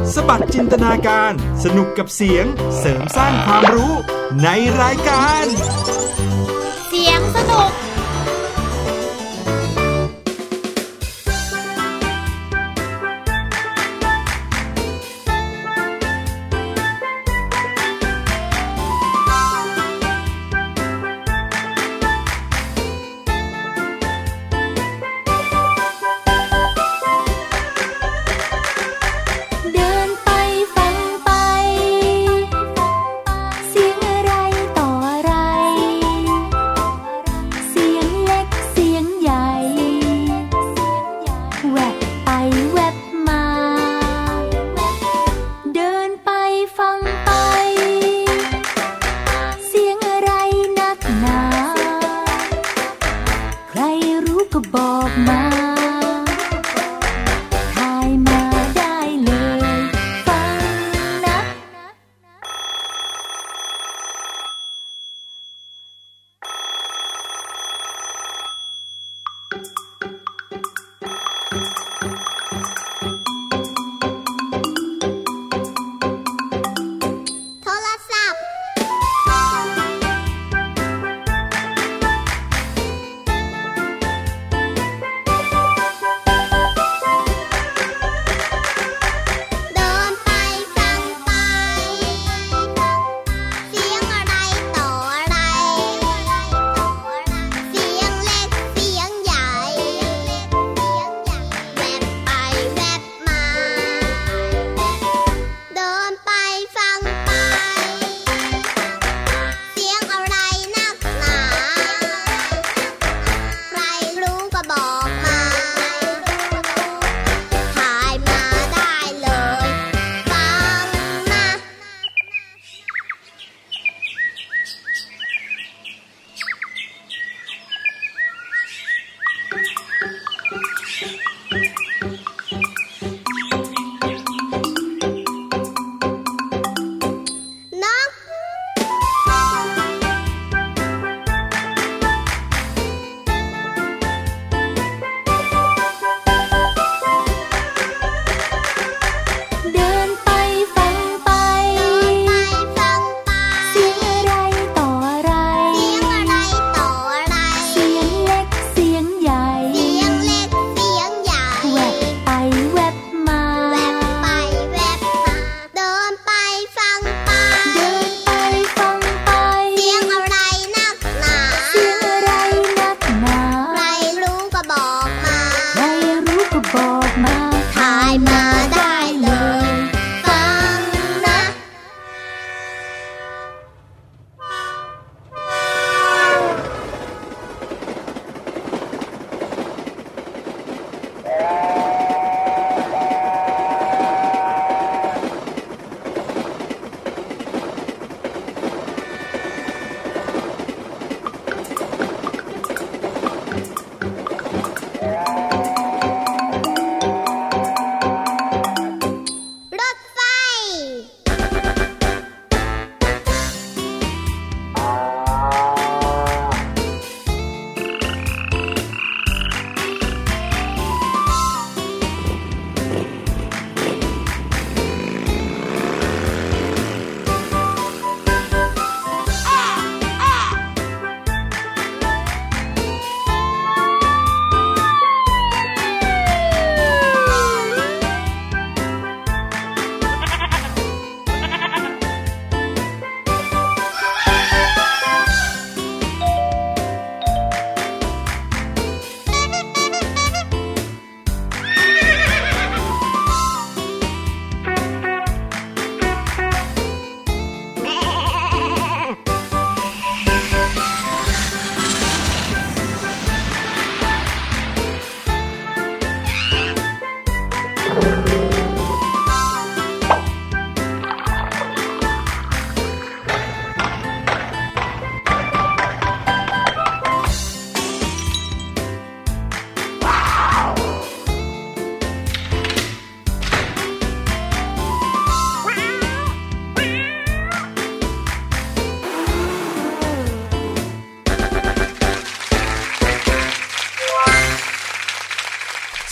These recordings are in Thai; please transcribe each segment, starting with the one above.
สบัดจินตนาการสนุกกับเสียงเสริมสร้างความรู้ในรายการเสียงสนุก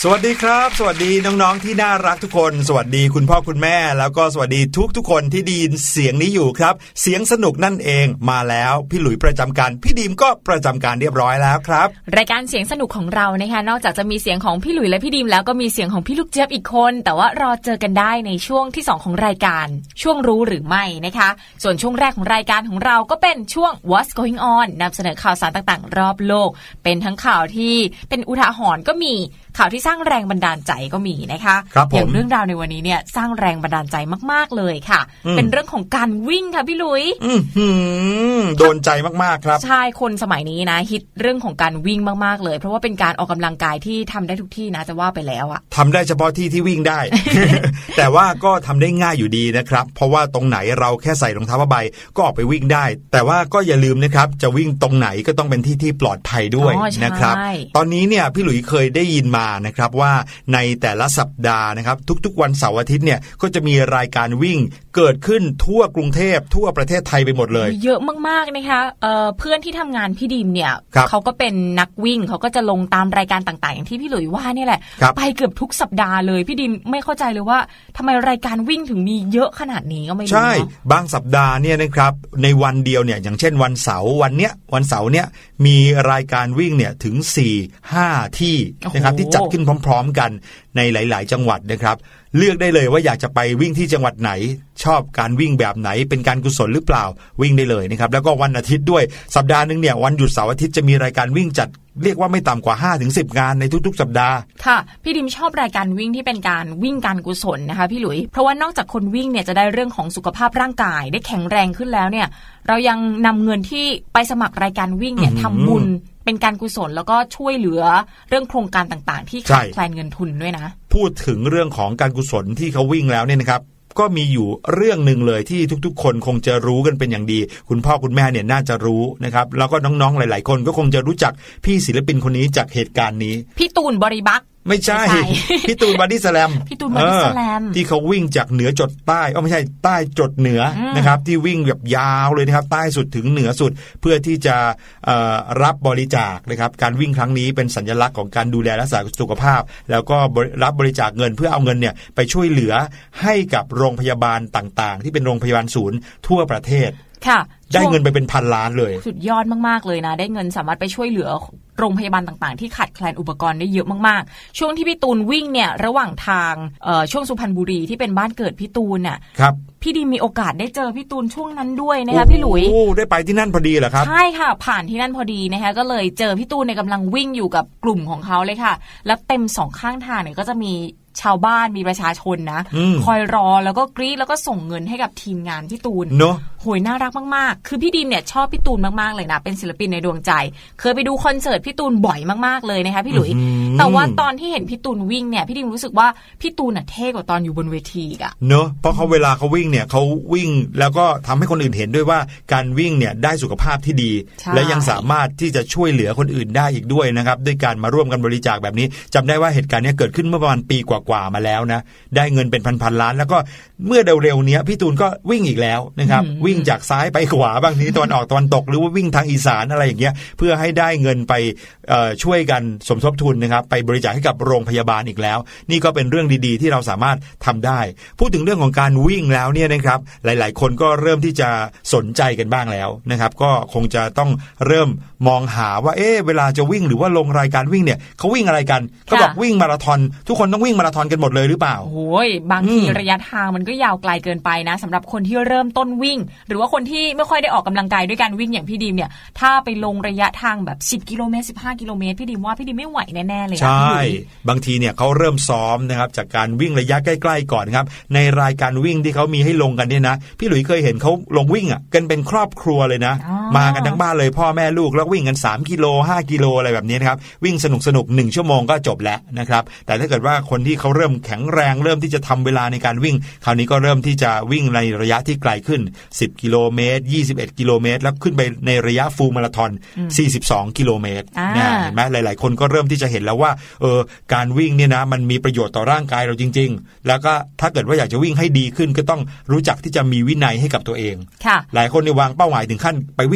วัสดีครับสวัสดีน้องๆที่น่ารักทุกคนสวัสดีคุณพ่อคุณแม่แล้วก็สวัสดีทุกคนที่ได้ยินเสียงนี้อยู่ครับเสียงสนุกนั่นเองมาแล้วพี่หลุยประจำการพี่ดีมก็ประจำการเรียบร้อยแล้วครับรายการเสียงสนุกของเรานะคะนอกจากจะมีเสียงของพี่หลุยและพี่ดีมแล้วก็มีเสียงของพี่ลูกเจี๊ยบอีกคนแต่ว่ารอเจอกันได้ในช่วงที่2ของรายการช่วงรู้หรือไม่นะคะส่วนช่วงแรกของรายการของเราก็เป็นช่วง What's Going On นำเสนอข่าวสารต่างๆรอบโลกเป็นทั้งข่าวที่เป็นอุทาหรณ์ก็มีข่าวที่สร้างแรงบันดาลใจก็มีนะคะอย่างเรื่องราวในวันนี้เนี่ยสร้างแรงบันดาลใจมากๆเลยค่ะเป็นเรื่องของการวิ่งค่ะพี่ลุยโดนใจมากๆครับใช่คนสมัยนี้นะฮิตเรื่องของการวิ่งมากๆเลยเพราะว่าเป็นการออกกำลังกายที่ทำได้ทุกที่นะจะว่าไปแล้วอะทำได้เฉพาะที่ที่วิ่งได้ แต่ว่าก็ทำได้ง่ายอยู่ดีนะครับเพราะว่าตรงไหนเราแค่ใส่รองเท้าผ้าใบก็ออกไปวิ่งได้แต่ว่าก็อย่าลืมนะครับจะวิ่งตรงไหนก็ต้องเป็นที่ที่ปลอดภัยด้วยนะครับตอนนี้เนี่ยพี่หลุยเคยได้ยินมานะครับว่าในแต่ละสัปดาห์นะครับทุกๆวันเสาร์อาทิตย์เนี่ยก็จะมีรายการวิ่งเกิดขึ้นทั่วกรุงเทพทั่วประเทศไทยไปหมดเลยเยอะมากๆนะคะเพื่อนที่ทำงานพี่ดิมเนี่ยเขาก็เป็นนักวิ่งเขาก็จะลงตามรายการต่างๆอย่างที่พี่หลุยว่านี่แหละไปเกือบทุกสัปดาห์เลยพี่ดิมไม่เข้าใจเลยว่าทำไมรายการวิ่งถึงมีเยอะขนาดนี้ก็ไม่รู้ใช่บางสัปดาห์เนี่ยนะครับในวันเดียวเนี่ยอย่างเช่นวันเสาร์วันเสาร์เนี่ยมีรายการวิ่งเนี่ยถึง 4-5 ที่นะครับที่จัดขึ้นพร้อมๆกันในหลายๆจังหวัดนะครับเลือกได้เลยว่าอยากจะไปวิ่งที่จังหวัดไหนชอบการวิ่งแบบไหนเป็นการกุศลหรือเปล่าวิ่งได้เลยนะครับแล้วก็วันอาทิตย์ด้วยสัปดาห์นึงเนี่ยวันหยุดเสาร์อาทิตย์จะมีรายการวิ่งจัดเรียกว่าไม่ต่ำกว่า 5-10 งานในทุกๆสัปดาห์ค่ะพี่ดิมชอบรายการวิ่งที่เป็นการวิ่งการกุศลนะคะพี่หลุยเพราะว่านอกจากคนวิ่งเนี่ยจะได้เรื่องของสุขภาพร่างกายได้แข็งแรงขึ้นแล้วเนี่ยเรายังนำเงินที่ไปสมัครรายการวิ่งเนี่ยทำบุญเป็นการกุศลแล้วก็ช่วยเหลือเรื่องโครงการต่างๆที่ขาดแคลนเงินทุนด้วยนะพูดถึงเรื่องของการกุศลที่เขาวิ่งแล้วเนี่ยนะครับก็มีอยู่เรื่องหนึ่งเลยที่ทุกๆคนคงจะรู้กันเป็นอย่างดีคุณพ่อคุณแม่เนี่ยน่าจะรู้นะครับแล้วก็น้องๆหลายๆคนก็คงจะรู้จักพี่ศิลปินคนนี้จากเหตุการณ์นี้พี่ตูนบริบักไม่ใช่พี่ตูนบอดี้สแลมพี่ตูนบอดี้สแลมที่เขาวิ่งจากเหนือจดใต้ไม่ใช่ใต้จดเหนือนะครับที่วิ่งแบบยาวเลยนะครับใต้สุดถึงเหนือสุดเพื่อที่จะรับบริจาคนะครับการวิ่งครั้งนี้เป็นสัญลักษณ์ของการดูแลรักษาสุขภาพแล้วก็รับบริจาคเงินเพื่อเอาเงินเนี่ยไปช่วยเหลือให้กับโรงพยาบาลต่างๆที่เป็นโรงพยาบาลศูนย์ทั่วประเทศค่ะได้เงินไปเป็นพันล้านเลยสุดยอดมากๆเลยนะได้เงินสามารถไปช่วยเหลือโรงพยาบาลต่างๆที่ขาดแคลนอุปกรณ์ได้เยอะมากๆช่วงที่พี่ตูนวิ่งเนี่ยระหว่างทางช่วงสุพรรณบุรีที่เป็นบ้านเกิดพี่ตูนน่ะครับพี่ดีมีโอกาสได้เจอพี่ตูนช่วงนั้นด้วยนะคะพี่หลุยได้ไปที่นั่นพอดีเหรอครับใช่ค่ะผ่านที่นั่นพอดีนะคะก็เลยเจอพี่ตูนในกำลังวิ่งอยู่กับกลุ่มของเขาเลยค่ะแล้วเต็ม2ข้างทางเนี่ยก็จะมีชาวบ้านมีประชาชนนะคอยรอแล้วก็กรี๊ดแล้วก็ส่งเงินให้กับทีมงานพี่ตูนเนาะโหยน่ารักมากๆคือพี่ดีมเนี่ยชอบพี่ตูนมากๆเลยนะเป็นศิลปินในดวงใจเคยไปดูคอนเสิร์ตพี่ตูนบ่อยมากๆเลยนะคะพี่หลุยแต่ว่าตอนที่เห็นพี่ตูนวิ่งเนี่ยพี่ดีมรู้สึกว่าพี่ตูนน่ะเท่กว่าตอนอยู่บนเวทีอ่ะเนาะเพราะเขาเวลาเขาวิ่งเนี่ยเขาวิ่งแล้วก็ทำให้คนอื่นเห็นด้วยว่าการวิ่งเนี่ยได้สุขภาพที่ดีและยังสามารถที่จะช่วยเหลือคนอื่นได้อีกด้วยนะครับด้วยการมาร่วมกันบริจาคแบบนี้จำได้ว่าเหตุการณ์นี้เกิดขึ้นเมื่อประมาณปีกว่าๆมาแล้วนะได้เงินเป็นพันๆล้านแล้วก็เมื่อเร็วๆนี้พี่ตูนก็วิ่งอีกแล้วนะครับวิ่งจากซ้ายไปขวาบางทีตะวันออกตะวันตกหรือว่าวิ่งทางอีสานอะไรอย่างเงี้ยเพื่อให้ได้เงินไปช่วยกันสมทบทุนนะครับไปบริจาคให้กับโรงพยาบาลอีกแล้วนี่ก็เป็นเรื่องดีๆที่เราสามารถทำได้พูดถึงเรื่องของการวิ่งแล้วเนี่ยนะครับหลายๆคนก็เริ่มที่จะสนใจกันบ้างแล้วนะครับก็คงจะต้องเริ่มมองหาว่าเวลาจะวิ่งหรือว่าลงรายการวิ่งเนี่ยเขาวิ่งอะไรกันก็บอกวิ่งมาราธอนทุกคนต้องวิ่งมาราธอนกันหมดเลยหรือเปล่าโอ้ยบางทีระยะทางมันก็ยาวไกลเกินไปนะสำหรับคนที่เริ่มต้นวิ่งหรือว่าคนที่ไม่ค่อยได้ออกกำลังกายด้วยการวิ่งอย่างพี่ดีมเนี่ยถ้าไปลงระยะทางแบบ10กิโลเมตร15กิโลเมตรพี่ดีมว่าพี่ดีมไม่ไหวแน่ๆเลยใช่บางทีเนี่ยเขาเริ่มซ้อมนะครับจากการวิ่งระยะใกล้ๆก่อนครับในรายการวิ่งที่เขามีให้ลงกันเนี่ยนะพี่หลุยเคยเห็นเขาลงวิ่งกันเป็นครอบครัวเลยนะมากันทั้งบ้านเลยพ่อแม่ลูกแล้ววิ่งกัน3กิโล5กิโลอะไรแบบนี้นะครับวิ่งสนุก1ชั่วโมงก็จบแล้วนะครับแต่ถ้าเกิดว่าคนที่เขาเริ่มแข็งแรงเริ่มที่จะทำเวลาในการวิ่งคราวนี้ก็เริ่มที่จะวิ่งในระยะที่ไกลขึ้น10กิโลเมตร21กิโลเมตรแล้วขึ้นไปในระยะฟูลมาราธอน42กิโลเมตรเนี่ยเห็นไหมหลายๆคนก็เริ่มที่จะเห็นแล้วว่าการวิ่งเนี่ยนะมันมีประโยชน์ต่อร่างกายเราจริงๆแล้วก็ถ้าเกิดว่าอยากจะวิ่งให้ดีขึ้นก็ต้องรู้จักที่จะมีวินัยให้กับตัวเองหลายคนเนี่ยวางเป้าหมายถึงขั้นไปวิ่ง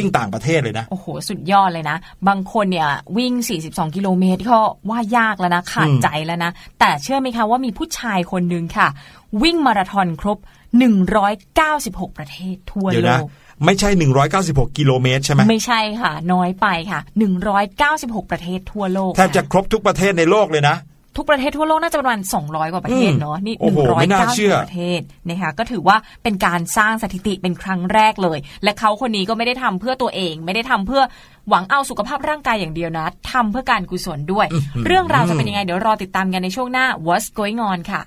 วิ่งต่างประเทศเลยนะโอ้โหสุดยอดเลยนะบางคนเนี่ยวิ่ง42กิโลเมตรก็ว่ายากแล้วนะขาดใจแล้วนะแต่เชื่อไหมคะว่ามีผู้ชายคนนึงค่ะวิ่งมาราธอนครบ196ประเทศทั่วโลกไม่ใช่196กิโลเมตรใช่ไหมไม่ใช่ค่ะน้อยไปค่ะ196ประเทศทั่วโลกแทบจะครบทุกประเทศในโลกเลยนะทุกประเทศทั่วโลกน่าจะประมาณ200กว่าประเทศเนาะนี่190ประเทศนะคะก็ถือว่าเป็นการสร้างสถิติเป็นครั้งแรกเลยและเขาคนนี้ก็ไม่ได้ทำเพื่อตัวเองไม่ได้ทำเพื่อหวังเอาสุขภาพร่างกายอย่างเดียวนะทำเพื่อการกุศลด้วยเรื่องราวจะเป็นยังไงเดี๋ยวรอติดตามกันในช่วงหน้า What's Going On ค่ะ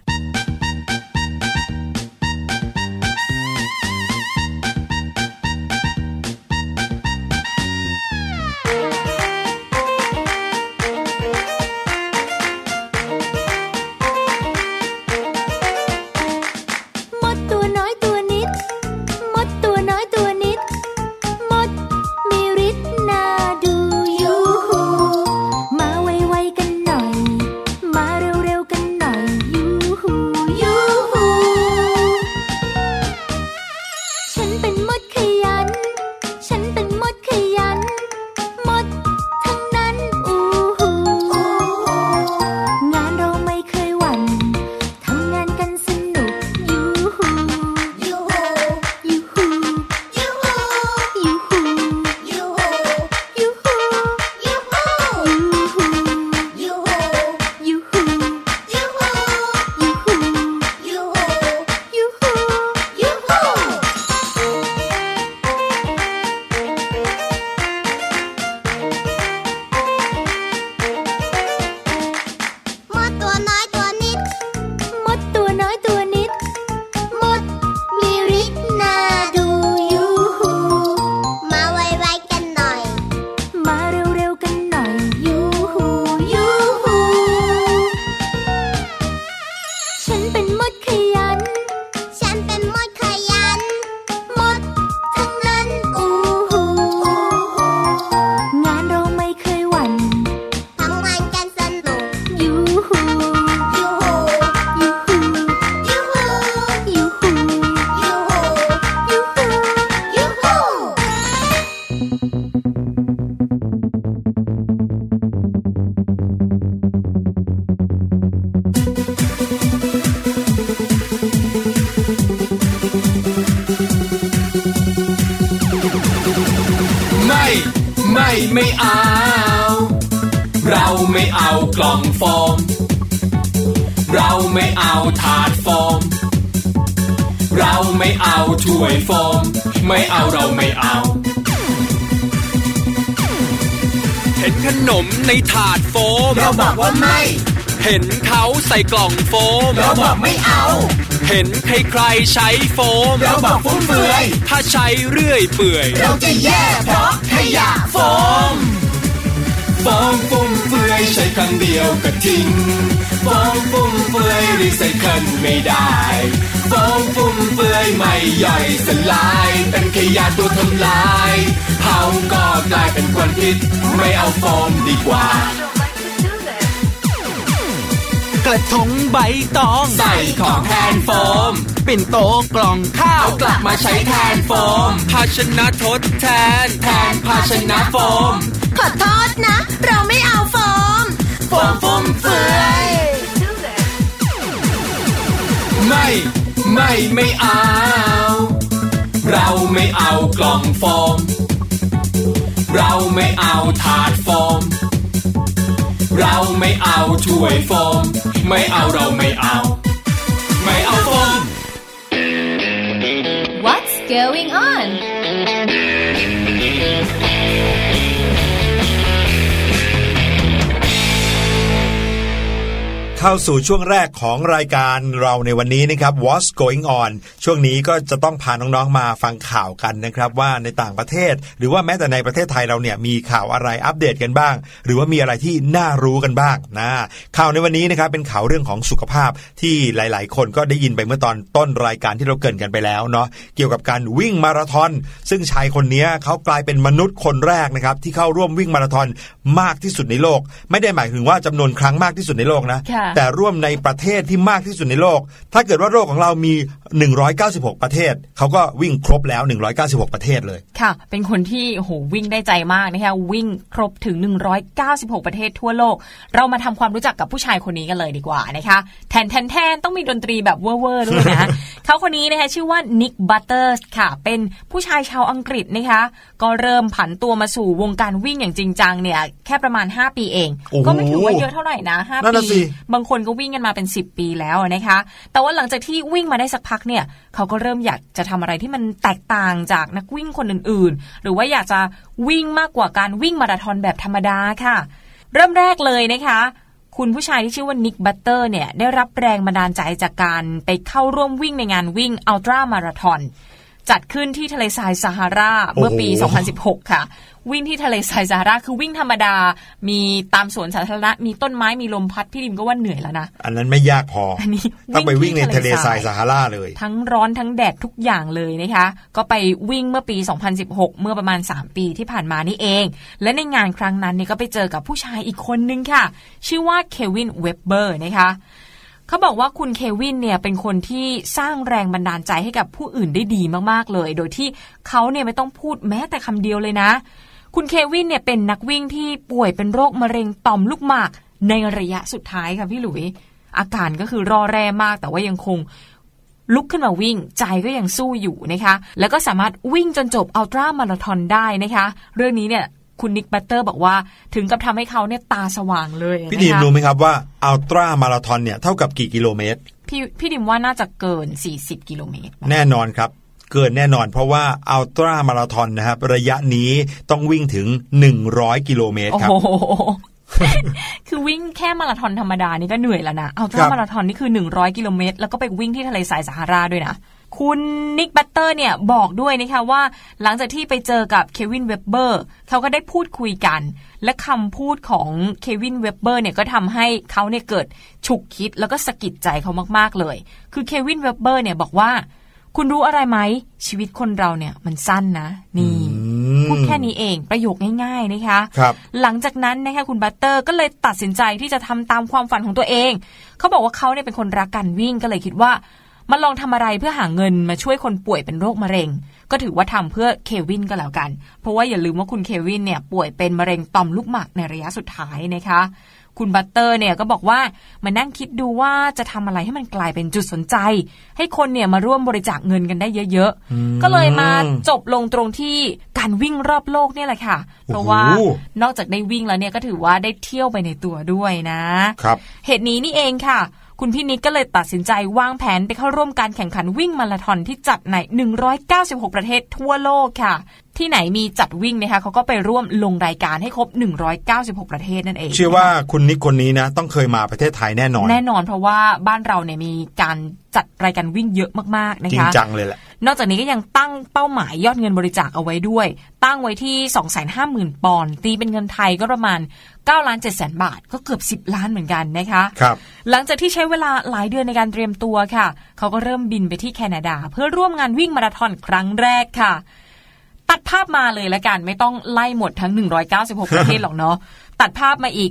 ไม่เอาเราไม่เอากล่องโฟมเราไม่เอาถาดโฟมเราไม่เอาถ้วยโฟมไม่เอาเราไม่เอาเห็นขนมในถาดโฟมเราบอกว่าไม่เห็นเขาใส่กล่องโฟมเราบอกไม่เอาเห็นใครๆใช้โฟมเราบอกฟุ่มเฟือยถ้าใช้เรื่อยเปื่อยเราจะแย่เพราะขยะโฟมฟุ่มเฟือยใช้ครั้งเดียวก็ทิ้งโฟมฟุ่มเฟือยรีไซเคิลไม่ได้โฟมฟุ่มเฟือยไม่ย่อยสลายเป็นขยะตัวทำลายเผาก็กลายเป็นควันพิษไม่เอาโฟมดีกว่ากระทงใบตองใส่ของแทนโฟมปิ่นโตกล่องข้าวกลับมาใช้แทนโฟมภาชนะทดแทนภาชนะโฟมขอโทษนะเราไม่เอาโฟมฟุ่มเฟือยไม่เอาเราไม่เอากล่องโฟมเราไม่เอาถาดโฟมเราไม่เอาถ้วยโฟมไม่เอาเราไม่เอาโฟม What's going on เข้าสู่ช่วงแรกของรายการเราในวันนี้นะครับ What's Going On ช่วงนี้ก็จะต้องพาน้องๆมาฟังข่าวกันนะครับว่าในต่างประเทศหรือว่าแม้แต่ในประเทศไทยเราเนี่ยมีข่าวอะไรอัปเดตกันบ้างหรือว่ามีอะไรที่น่ารู้กันบ้างนะข่าวในวันนี้นะครับเป็นข่าวเรื่องของสุขภาพที่หลายๆคนก็ได้ยินไปเมื่อตอนต้นรายการที่เราเกริ่นกันไปแล้วเนาะเกี่ยวกับการวิ่งมาราธอนซึ่งชายคนนี้เขากลายเป็นมนุษย์คนแรกนะครับที่เข้าร่วมวิ่งมาราธอนมากที่สุดในโลกไม่ได้หมายถึงว่าจำนวนครั้งมากที่สุดในโลกนะแต่ร่วมในประเทศที่มากที่สุดในโลกถ้าเกิดว่าโลกของเรามี 196ประเทศเขาก็วิ่งครบแล้ว196ประเทศเลยค่ะเป็นคนที่โหวิ่งได้ใจมากนะคะวิ่งครบถึง196ประเทศทั่วโลกเรามาทำความรู้จักกับผู้ชายคนนี้กันเลยดีกว่านะคะแทนต้องมีดนตรีแบบเว่อร์ๆด้วยนะ เขาคนนี้นะคะชื่อว่านิกบัตเตอร์สค่ะเป็นผู้ชายชาวอังกฤษนะคะก็เริ่มผันตัวมาสู่วงการวิ่งอย่างจริงจังเนี่ยแค่ประมาณ5ปีเองก็ไม่ถือว่าเยอะเท่าไหร่นะ5ปีบางคนก็วิ่งกันมาเป็น10ปีแล้วนะคะแต่ว่าหลังจากที่วิ่งมาได้สักพักเนี่ยเขาก็เริ่มอยากจะทำอะไรที่มันแตกต่างจากนักวิ่งคนอื่นๆหรือว่าอยากจะวิ่งมากกว่าการวิ่งมาราธอนแบบธรรมดาค่ะเริ่มแรกเลยนะคะคุณผู้ชายที่ชื่อว่านิกบัตเตอร์เนี่ยได้รับแรงบันดาลใจจากการไปเข้าร่วมวิ่งในงานวิ่งอัลตร้ามาราธอนจัดขึ้นที่ทะเลทรายซาฮาราเมื่อปี 2016 ค่ะวิ่งที่ทะเลทรายซาฮาราคือวิ่งธรรมดามีตามสวนสาธารณะมีต้นไม้มีลมพัดพี่ดิมก็ว่าเหนื่อยแล้วนะอันนั้นไม่ยากพออันนี้ต้องไปวิ่งในทะเลทรายซาฮาราเลยทั้งร้อนทั้งแดดทุกอย่างเลยนะคะก็ไปวิ่งเมื่อปี 2016 เมื่อประมาณ3ปีที่ผ่านมานี่เองและในงานครั้งนั้นเนี่ยก็ไปเจอกับผู้ชายอีกคนนึงค่ะชื่อว่าเควินเวบเบอร์นะคะเขาบอกว่าคุณเควินเนี่ยเป็นคนที่สร้างแรงบันดาลใจให้กับผู้อื่นได้ดีมากๆเลยโดยที่เขาเนี่ยไม่ต้องพูดแม้แต่คำเดียวเลยนะคุณเควินเนี่ยเป็นนักวิ่งที่ป่วยเป็นโรคมะเร็งต่อมลูกหมากในระยะสุดท้ายค่ะพี่หลุยอาการก็คือรอแร่มากแต่ว่ายังคงลุกขึ้นมาวิ่งใจก็ยังสู้อยู่นะคะแล้วก็สามารถวิ่งจนจบอัลตร้ามาราธอนได้นะคะเรื่องนี้เนี่ยคุณนิกบัตเตอร์บอกว่าถึงกับทำให้เขาเนี่ยตาสว่างเลยพี่ดิมรู้ไหมครับว่าอัลตร้ามาราธอนเนี่ยเท่ากับกี่กิโลเมตรพี่ดิมว่าน่าจะเกิน40กิโลเมตรแน่นอนครับเกินแน่นอนเพราะว่าอัลตร้ามาราธอนนะครับระยะนี้ต้องวิ่งถึง100กิโลเมตรครับคือวิ่งแค่มาราธอนธรรมดานี่ก็เหนื่อยแล้วนะอัลตร้ามาราธอนนี่คือ100กิโลเมตรแล้วก็ไปวิ่งที่ทะเลทรายซาฮาราด้วยนะคุณนิกบัตเตอร์เนี่ยบอกด้วยนะคะว่าหลังจากที่ไปเจอกับเควินเวบเบอร์เขาก็ได้พูดคุยกันและคำพูดของเควินเวบเบอร์เนี่ยก็ทำให้เขาเนี่ยเกิดฉุกคิดแล้วก็สะกิดใจเขามากๆเลยคือเควินเวบเบอร์เนี่ยบอกว่าคุณรู้อะไรไหมชีวิตคนเราเนี่ยมันสั้นนะนี่พูดแค่นี้เองประโยคง่ายๆนะคะหลังจากนั้นนะคะคุณบัตเตอร์ก็เลยตัดสินใจที่จะทำตามความฝันของตัวเองเขาบอกว่าเขาเนี่ยเป็นคนรักการวิ่งก็เลยคิดว่ามาลองทำอะไรเพื่อหาเงินมาช่วยคนป่วยเป็นโรคมะเร็งก็ถือว่าทำเพื่อเควินก็แล้วกันเพราะว่าอย่าลืมว่าคุณเควินเนี่ยป่วยเป็นมะเร็งต่อมลูกหมากในระยะสุดท้ายนะคะคุณบัตเตอร์เนี่ยก็บอกว่ามานั่งคิดดูว่าจะทำอะไรให้มันกลายเป็นจุดสนใจให้คนเนี่ยมาร่วมบริจาคเงินกันได้เยอะๆก็เลยมาจบลงตรงที่การวิ่งรอบโลกเนี่ยแหละค่ะเพราะว่านอกจากได้วิ่งแล้วเนี่ยก็ถือว่าได้เที่ยวไปในตัวด้วยนะครับเหตุนี้นี่เองค่ะคุณพี่นิกก็เลยตัดสินใจวางแผนไปเข้าร่วมการแข่งขันวิ่งมาราธอนที่จัดใน196ประเทศทั่วโลกค่ะที่ไหนมีจัดวิ่งนะคะเขาก็ไปร่วมลงรายการให้ครบ196ประเทศนั่นเองเชื่อว่าคุณนิกคนนี้นะต้องเคยมาประเทศไทยแน่นอนเพราะว่าบ้านเราเนี่ยมีการจัดรายการวิ่งเยอะมากๆนะคะจริงจังเลยแหละนอกจากนี้ก็ยังตั้งเป้าหมายยอดเงินบริจาคเอาไว้ด้วยตั้งไว้ที่ 250,000 ปอนด์ตีเป็นเงินไทยก็ประมาณ 9,700,000 บาทก็เกือบ10ล้านเหมือนกันนะคะครับหลังจากที่ใช้เวลาหลายเดือนในการเตรียมตัวค่ะเขาก็เริ่มบินไปที่แคนาดาเพื่อร่วมงานวิ่งมาราธอนครั้งแรกค่ะตัดภาพมาเลยละกันไม่ต้องไล่หมดทั้ง196ประเทศหรอกเนาะตัดภาพมาอีก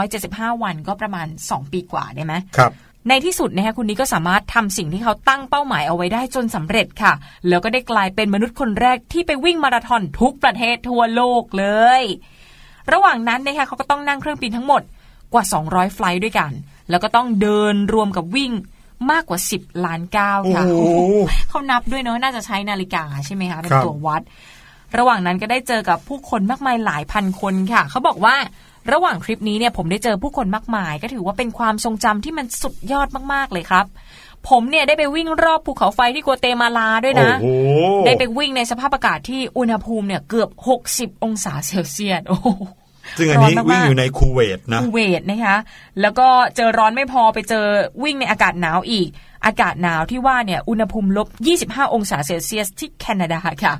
675วันก็ประมาณ2ปีกว่าได้ไหมครับในที่สุดนะคะคุณนี้ก็สามารถทำสิ่งที่เขาตั้งเป้าหมายเอาไว้ได้จนสำเร็จค่ะแล้วก็ได้กลายเป็นมนุษย์คนแรกที่ไปวิ่งมาราธอนทุกประเทศทั่วโลกเลยระหว่างนั้นนะคะเขาก็ต้องนั่งเครื่องบินทั้งหมดกว่า200ไฟลท์ด้วยกันแล้วก็ต้องเดินรวมกับวิ่งมากกว่า10ล้านก้าวค่ะเขานับด้วยเนาะน่าจะใช้นาฬิกาใช่ไหมคะเป็นตัววัดระหว่างนั้นก็ได้เจอกับผู้คนมากมายหลายพันคนค่ะเขาบอกว่าระหว่างทริปนี้เนี่ยผมได้เจอผู้คนมากมายก็ถือว่าเป็นความทรงจำที่มันสุดยอดมากๆเลยครับผมเนี่ยได้ไปวิ่งรอบภูเขาไฟที่กัวเตมาลาด้วยนะได้ไปวิ่งในสภาพอากาศที่อุณหภูมิเนี่ยเกือบ60องศาเซลเซียสซึ่งอันนี้วิ่งอยู่ในคูเวตนะคูเวตนะคะแล้วก็เจอร้อนไม่พอไปเจอวิ่งในอากาศหนาวอีกอากาศหนาวที่ว่าเนี่ยอุณหภูมิลบ25องศาเซลเซียสที่แคนาดาค่ะ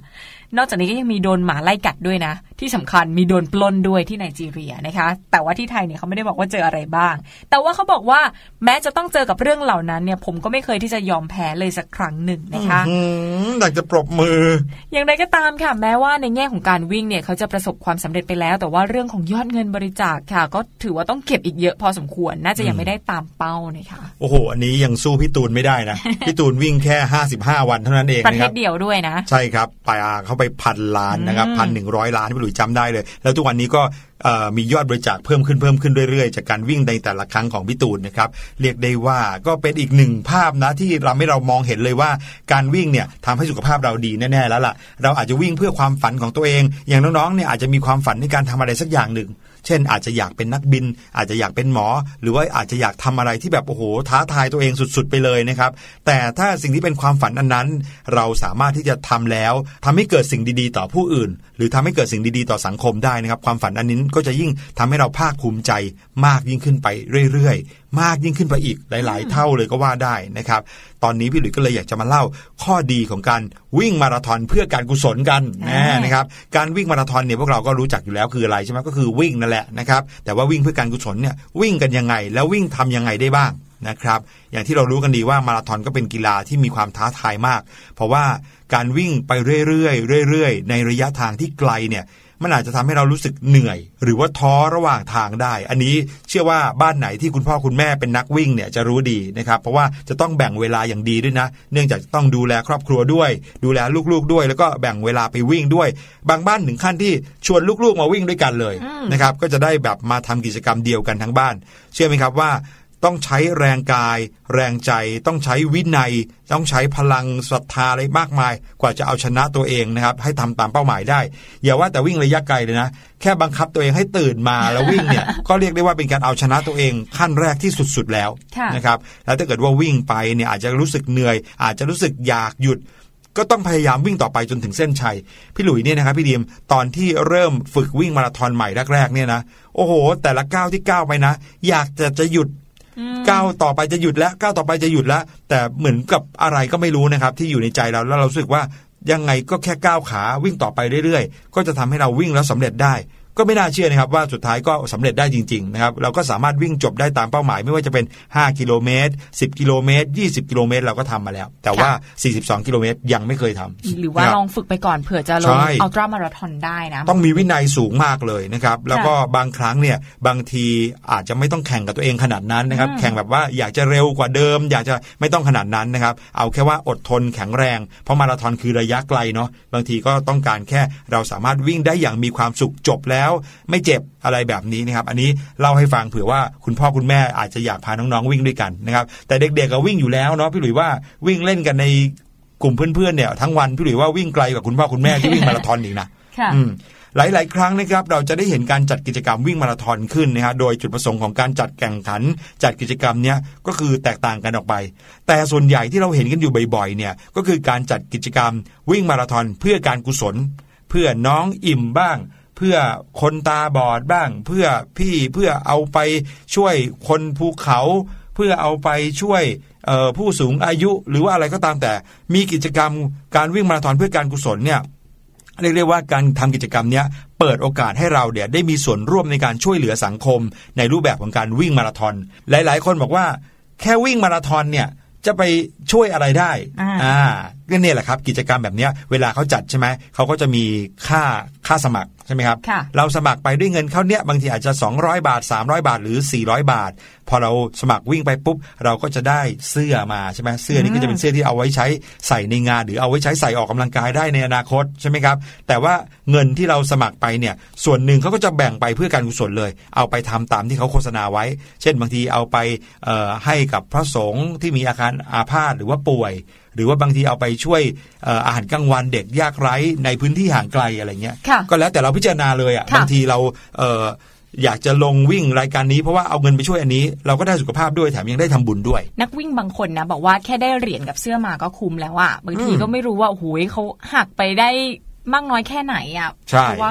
นอกจากนี้ก็ยังมีโดนหมาไล่กัดด้วยนะที่สำคัญมีโดนปล้นด้วยที่ไนจีเรียนะคะแต่ว่าที่ไทยเนี่ยเขาไม่ได้บอกว่าเจออะไรบ้างแต่ว่าเขาบอกว่าแม้จะต้องเจอกับเรื่องเหล่านั้นเนี่ยผมก็ไม่เคยที่จะยอมแพ้เลยสักครั้งหนึ่งนะคะอยากจะปรบมืออย่างไรก็ตามค่ะแม้ว่าในแง่ของการวิ่งเนี่ยเขาจะประสบความสำเร็จไปแล้วแต่ว่าเรื่องของยอดเงินบริจาคค่ะก็ถือว่าต้องเก็บอีกเยอะพอสมควรน่าจะยังไม่ได้ตามเป้านะคะโอ้โหอันนี้ยังสู้พี่ตูนไม่ได้นะ พี่ตูนวิ่งแค่55วันเท่านั้นเองประเทศเดียวด้วยนะใช่ครับไปเข้าไป1,000 ล้านนะครับ1,100 ล้านพี่หลุยจำได้เลยแล้วทุกวันนี้ก็มียอดบริจาคเพิ่มขึ้นเรื่อยๆจากการวิ่งในแต่ละครั้งของพี่ตูนนะครับเรียกได้ว่าก็เป็นอีกหนึ่งภาพนะที่เรามองเห็นเลยว่าการวิ่งเนี่ยทำให้สุขภาพเราดีแน่ๆแล้วล่ะเราอาจจะวิ่งเพื่อความฝันของตัวเองอย่างน้องๆเนี่ยอาจจะมีความฝันในการทำอะไรสักอย่างหนึ่งเช่นอาจจะอยากเป็นนักบินอาจจะอยากเป็นหมอหรือว่าอาจจะอยากทำอะไรที่แบบโอ้โหท้าทายตัวเองสุดๆไปเลยนะครับแต่ถ้าสิ่งที่เป็นความฝันอันนั้นเราสามารถที่จะทำแล้วทำให้เกิดสิ่งดีๆต่อผู้อื่นหรือทำให้เกิดสิ่งดีๆต่อสังคมได้นะครับความฝันอันนี้ก็จะยิ่งทำให้เราภาคภูมิใจมากยิ่งขึ้นไปเรื่อยๆมากยิ่งขึ้นไปอีกหลายๆเท่าเลยก็ว่าได้นะครับตอนนี้พี่หลุยส์ก็เลยอยากจะมาเล่าข้อดีของการวิ่งมาราธอนเพื่อการกุศลกันนะครับการวิ่งมาราธอนเนี่ยพวกเราก็รู้จักอยู่แล้วคืออะไรใช่ไหมก็คือวิ่งนั่นแหละนะครับแต่ว่าวิ่งเพื่อการกุศลเนี่ยวิ่งกันยังไงแล้ววิ่งทำยังไงได้บ้างนะครับอย่างที่เรารู้กันดีว่ามาราธอนก็เป็นกีฬาที่มีความท้าทายมากเพราะว่าการวิ่งไปเรื่อยๆในระยะทางที่ไกลเนี่ยมันอาจจะทำให้เรารู้สึกเหนื่อยหรือว่าท้อระหว่างทางได้อันนี้เชื่อว่าบ้านไหนที่คุณพ่อคุณแม่เป็นนักวิ่งเนี่ยจะรู้ดีนะครับเพราะว่าจะต้องแบ่งเวลาอย่างดีด้วยนะเนื่องจากต้องดูแลครอบครัวด้วยดูแลลูกๆด้วยแล้วก็แบ่งเวลาไปวิ่งด้วยบางบ้านถึงขั้นที่ชวนลูกๆมาวิ่งด้วยกันเลยนะครับก็จะได้แบบมาทำกิจกรรมเดียวกันทั้งบ้านเชื่อไหมครับว่าต้องใช้แรงกายแรงใจต้องใช้วินัยต้องใช้พลังศรัทธาอะไรมากมายกว่าจะเอาชนะตัวเองนะครับให้ทำตามเป้าหมายได้อย่าว่าแต่วิ่งระยะไกลเลยนะแค่บังคับตัวเองให้ตื่นมาแล้ววิ่งเนี่ย ก็เรียกได้ว่าเป็นการเอาชนะตัวเองขั้นแรกที่สุดๆแล้วนะครับแล้วถ้าเกิดว่าวิ่งไปเนี่ยอาจจะรู้สึกเหนื่อยอาจจะรู้สึกอยากหยุดก็ต้องพยายามวิ่งต่อไปจนถึงเส้นชัยพี่หลุยเนี่ยนะครับพี่ดีมตอนที่เริ่มฝึกวิ่งมาราธอนใหม่แรกๆเนี่ยนะโอ้โหแต่ละก้าวที่ก้าวไปนะอยากจะหยุดก้าวต่อไปจะหยุดแล้วก้าวต่อไปจะหยุดแล้วแต่เหมือนกับอะไรก็ไม่รู้นะครับที่อยู่ในใจเราแล้วเรารู้สึกว่ายังไงก็แค่ก้าวขาวิ่งต่อไปเรื่อยๆก็จะทำให้เราวิ่งแล้วสำเร็จได้ก็ไม่น่าเชื่อนะครับว่าสุดท้ายก็สำเร็จได้จริงๆนะครับเราก็สามารถวิ่งจบได้ตามเป้าหมายไม่ว่าจะเป็น5กิโลเมตร10กิโลเมตร20กิโลเมตรเราก็ทำมาแล้วแต่ว่า42กิโลเมตรยังไม่เคยทำหรือว่าลองฝึกไปก่อนเผื่อจะลงอัลตร้ามาราธอนได้นะต้องมีวินัยสูงมากเลยนะครับแล้วก็บางครั้งเนี่ยบางทีอาจจะไม่ต้องแข่งกับตัวเองขนาดนั้นนะครับแข่งแบบว่าอยากจะเร็วกว่าเดิมอยากจะไม่ต้องขนาดนั้นนะครับเอาแค่ว่าอดทนแข็งแรงเพราะมาราธอนคือระยะไกลเนาะบางทีก็ต้องการแค่เราสามารถวิ่งได้อย่างมีความสุขจบแล้วไม่เจ็บอะไรแบบนี้นะครับอันนี้เล่าให้ฟังเผื่อว่าคุณพ่อคุณแม่อาจจะอยากพาน้องๆวิ่งด้วยกันนะครับแต่เด็กๆก็วิ่งอยู่แล้วเนาะพี่หลุยว่าวิ่งเล่นกันในกลุ่มเพื่อนๆเนี่ยทั้งวันพี่หลุยว่าวิ่งไกลกว่าคุณพ่อคุณแม่ที่วิ่งมาราธอนอีกนะหลายๆครั้งนะครับเราจะได้เห็นการจัดกิจกรรมวิ่งมาราธอนขึ้นนะครับโดยจุดประสงค์ของการจัดแข่งขันจัดกิจกรรมเนี้ยก็คือแตกต่างกันออกไปแต่ส่วนใหญ่ที่เราเห็นกันอยู่บ่อยๆเนี่ยก็คือการจัดกิจกรรมวิ่งมาราธอนเพื่อการกุศลเพื่อน้องอิ่มบ้างเพื่อคนตาบอดบ้างเพื่อเอาไปช่วยคนภูเขาเพื่อเอาไปช่วยผู้สูงอายุหรือว่าอะไรก็ตามแต่มีกิจกรรมการวิ่งมาราธอนเพื่อการกุศลเนี่ยเรียกได้ว่าการทำกิจกรรมเนี้ยเปิดโอกาสให้เราเนี่ยได้มีส่วนร่วมในการช่วยเหลือสังคมในรูปแบบของการวิ่งมาราธอนหลายๆคนบอกว่าแค่วิ่งมาราธอนเนี่ยจะไปช่วยอะไรได้ก็เนี่ยแหละครับกิจกรรมแบบนี้เวลาเขาจัดใช่ไหมเขาก็จะมีค่าสมัครใช่ไหมครับเราสมัครไปด้วยเงินเขาเนี่ยบางทีอาจจะ200 บาท300 บาทหรือ400 บาทพอเราสมัครวิ่งไปปุ๊บเราก็จะได้เสื้อมาใช่ไหมเสื้อนี้ก็จะเป็นเสื้อที่เอาไว้ใช้ใส่ในงานหรือเอาไว้ใช้ใส่ออกกำลังกายได้ในอนาคตใช่ไหมครับแต่ว่าเงินที่เราสมัครไปเนี่ยส่วนหนึ่งเขาก็จะแบ่งไปเพื่อการกุศลเลยเอาไปทำตามที่เขาโฆษณาไว้เช่นบางทีเอาไปให้กับพระสงฆ์ที่มีอาการอาพาธหรือว่าป่วยหรือว่าบางทีเอาไปช่วยอาหารกลางวันเด็กยากไร้ในพื้นที่ห่างไกลอะไรเงี้ยก็แล้วแต่เราพิจารณาเลยอ่ะบางทีเราอยากจะลงวิ่งรายการนี้เพราะว่าเอาเงินไปช่วยอันนี้เราก็ได้สุขภาพด้วยแถมยังได้ทำบุญด้วยนักวิ่งบางคนนะบอกว่าแค่ได้เหรียญกับเสื้อมาก็คุ้มแล้วอ่ะบางทีก็ไม่รู้ว่าโอ้โหเขาหักไปได้มากน้อยแค่ไหนอ่ะเพราะว่า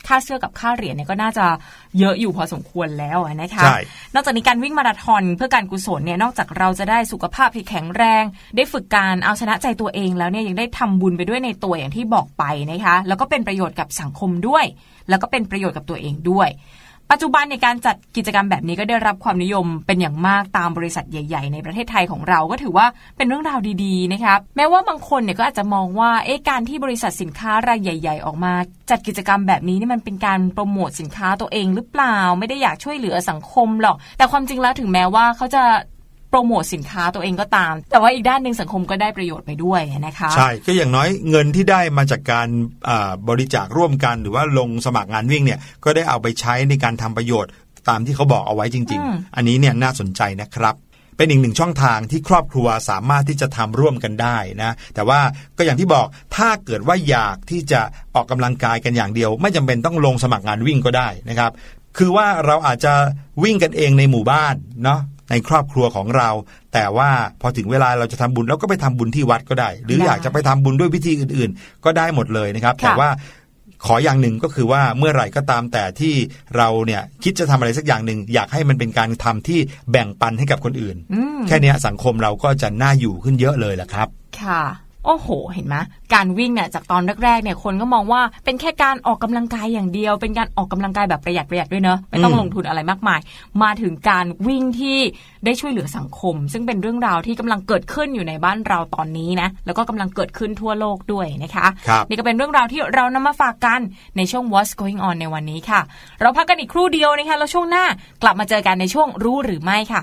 ค่าเสื้อกับค่าเหรียญเนี่ยก็น่าจะเยอะอยู่พอสมควรแล้วนะคะนอกจากนี้การวิ่งมาราธอนเพื่อการกุศลเนี่ยนอกจากเราจะได้สุขภาพที่แข็งแรงได้ฝึกการเอาชนะใจตัวเองแล้วเนี่ยยังได้ทำบุญไปด้วยในตัวอย่างที่บอกไปนะคะแล้วก็เป็นประโยชน์กับสังคมด้วยแล้วก็เป็นประโยชน์กับตัวเองด้วยปัจจุบันในการจัดกิจกรรมแบบนี้ก็ได้รับความนิยมเป็นอย่างมากตามบริษัทใหญ่ๆในประเทศไทยของเราก็ถือว่าเป็นเรื่องราวดีๆนะครับแม้ว่าบางคนเนี่ยก็อาจจะมองว่าการที่บริษัทสินค้ารายใหญ่ๆออกมาจัดกิจกรรมแบบนี้นี่มันเป็นการโปรโมทสินค้าตัวเองหรือเปล่าไม่ได้อยากช่วยเหลือสังคมหรอกแต่ความจริงแล้วถึงแม้ว่าเขาจะโปรโมทสินค้าตัวเองก็ตามแต่ว่าอีกด้านนึงสังคมก็ได้ประโยชน์ไปด้วยนะคะใช่ก็อย่างน้อยเงินที่ได้มาจากการบริจาคร่วมกันหรือว่าลงสมัครงานวิ่งเนี่ยก็ได้เอาไปใช้ในการทำประโยชน์ตามที่เขาบอกเอาไว้จริงๆอันนี้เนี่ยน่าสนใจนะครับเป็นอีกหนึ่งช่องทางที่ครอบครัวสามารถที่จะทำร่วมกันได้นะแต่ว่าก็อย่างที่บอกถ้าเกิดว่าอยากที่จะออกกำลังกายกันอย่างเดียวไม่จำเป็นต้องลงสมัครงานวิ่งก็ได้นะครับคือว่าเราอาจจะวิ่งกันเองในหมู่บ้านเนาะในครอบครัวของเราแต่ว่าพอถึงเวลาเราจะทำบุญเราก็ไปทำบุญที่วัดก็ได้หรืออยากจะไปทำบุญด้วยวิธีอื่นๆก็ได้หมดเลยนะครับแต่ว่าขออย่างหนึ่งก็คือว่าเมื่อไหร่ก็ตามแต่ที่เราเนี่ยคิดจะทำอะไรสักอย่างหนึ่งอยากให้มันเป็นการทำที่แบ่งปันให้กับคนอื่นแค่นี้สังคมเราก็จะน่าอยู่ขึ้นเยอะเลยล่ะครับค่ะโอ้โหเห็นไหมการวิ่งเนี่ยจากตอนแรกๆเนี่ยคนก็มองว่าเป็นแค่การออกกำลังกายอย่างเดียวเป็นการออกกำลังกายแบบประหยัดด้วยเนอะไม่ต้องลงทุนอะไรมากมายมาถึงการวิ่งที่ได้ช่วยเหลือสังคมซึ่งเป็นเรื่องราวที่กำลังเกิดขึ้นอยู่ในบ้านเราตอนนี้นะแล้วก็กำลังเกิดขึ้นทั่วโลกด้วยนะคะนี่ก็เป็นเรื่องราวที่เรานำมาฝากกันในช่วง What's Going On ในวันนี้ค่ะเราพักกันอีกครู่เดียวนะคะแล้วช่วงหน้ากลับมาเจอกันในช่วงรู้หรือไม่ค่ะ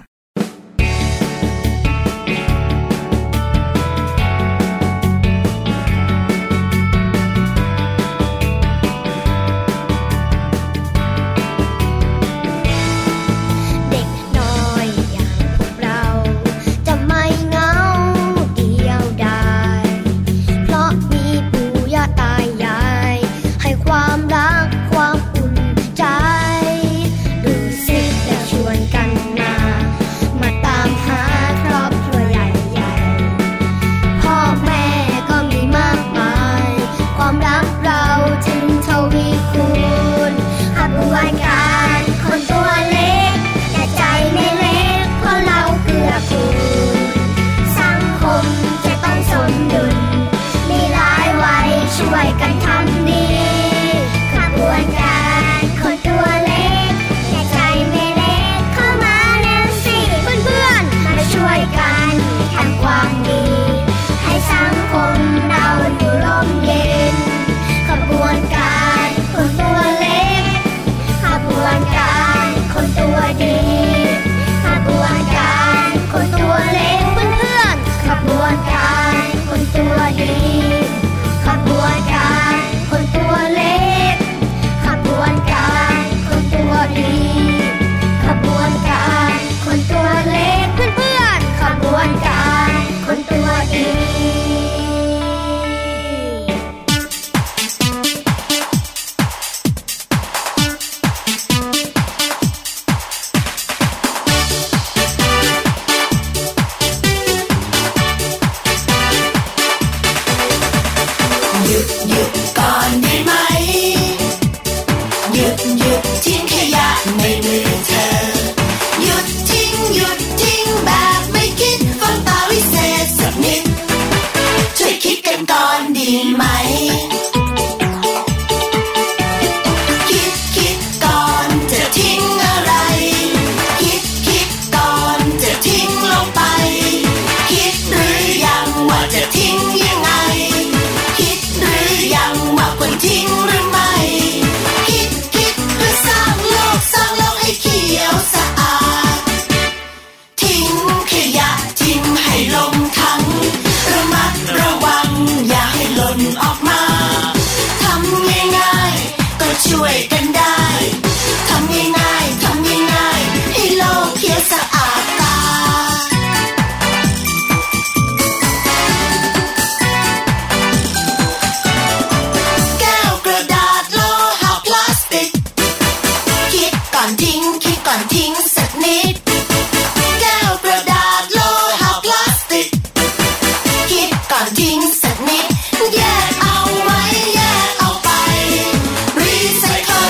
แยกเอาไว้แยกเอาไปรีไซเคิล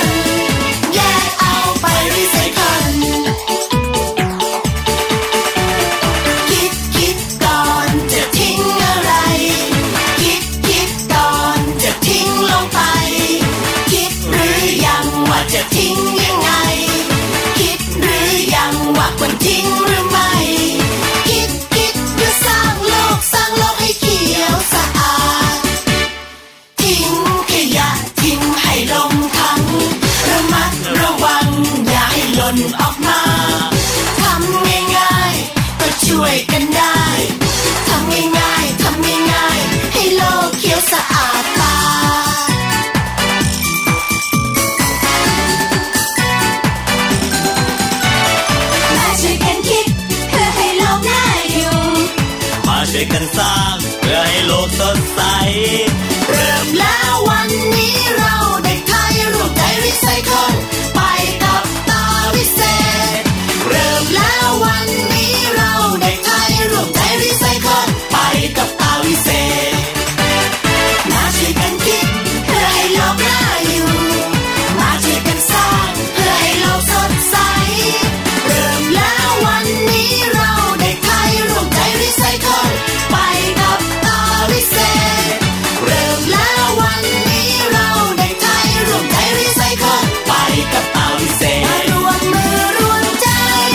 สร้างเพื่อให้โลกสดใสเริ่มแล้ววันนี้เราเด็กไทยร่วมใจรีไซเคิลไปกับตาวิเศษเริ่มแล้ววันนี้เราเด็กไทยร่วมใจรีไซเคิลไปกับตาวิเศษมาช่วยกันคิดเพื่อให้โลกน่าอยู่มาช่วยกันสร้างเพื่อให้โลกสดใสเริ่มแล้ววันนี้เราเด็กไทยร่วมใจรีไซเคิลไปกับตาวิเศษเริ่มแล้ววันนี้เราเด็กไทยร่วมใจรีไซเคิลไปกับตาวิเศษมารวมมือรวมใจ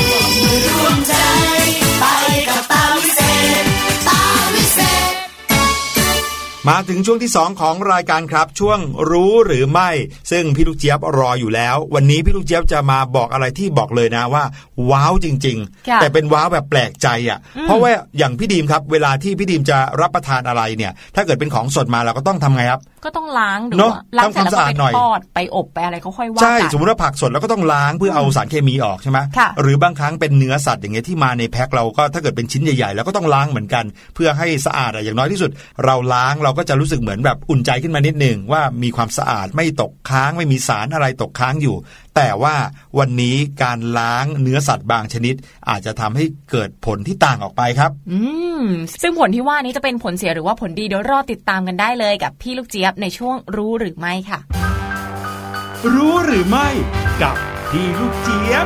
ไปกับตาวิเศษตาวิเศษมาถึงช่วงที่2ของรายการครับช่วงรู้หรือไม่ซึ่งพี่ลูกเจี๊ยบรออยู่แล้ววันนี้พี่ลูกเจี๊ยบจะมาบอกอะไรที่บอกเลยนะว่าว้าวจริงๆแต่เป็นว้าวแบบแปลกใจอ่ะเพราะว่าอย่างพี่ดีมครับเวลาที่พี่ดีมจะรับประทานอะไรเนี่ยถ้าเกิดเป็นของสดมาเราก็ต้องทำไงครับก็ต้องล้างดูล้างเสร็จแล้วก็ไปทอดไปอบไปอะไรเขาค่อยว่ากันใช่สมมติว่าผักสดแล้วก็ต้องล้างเพื่อเอาสารเคมีออกใช่ไหมหรือบางครั้งเป็นเนื้อสัตว์อย่างเงี้ยที่มาในแพ็คเราก็ถ้าเกิดเป็นชิ้นใหญ่ๆแล้วก็ต้องล้างเหมือนกันเพื่อให้สะอาดอย่างน้อยที่สุดเราล้างเราก็จะรู้สึกเหมือนแบบอุ่นใจขึ้นมานิดนึงว่ามีความสะอาดไม่ตกค้างไม่มีสารอะไรตกค้างอยู่แต่ว่าวันนี้การล้างเนื้อสัตว์บางชนิดอาจจะทำให้เกิดผลที่ต่างออกไปครับซึ่งผลที่ว่านี้จะเป็นผลเสียหรือว่าผลดีเดี๋ยวรอติดตามกันได้เลยกับพี่ลูกเจี๊ยบในช่วงรู้หรือไม่ค่ะรู้หรือไม่กับพี่ลูกเจี๊ยบ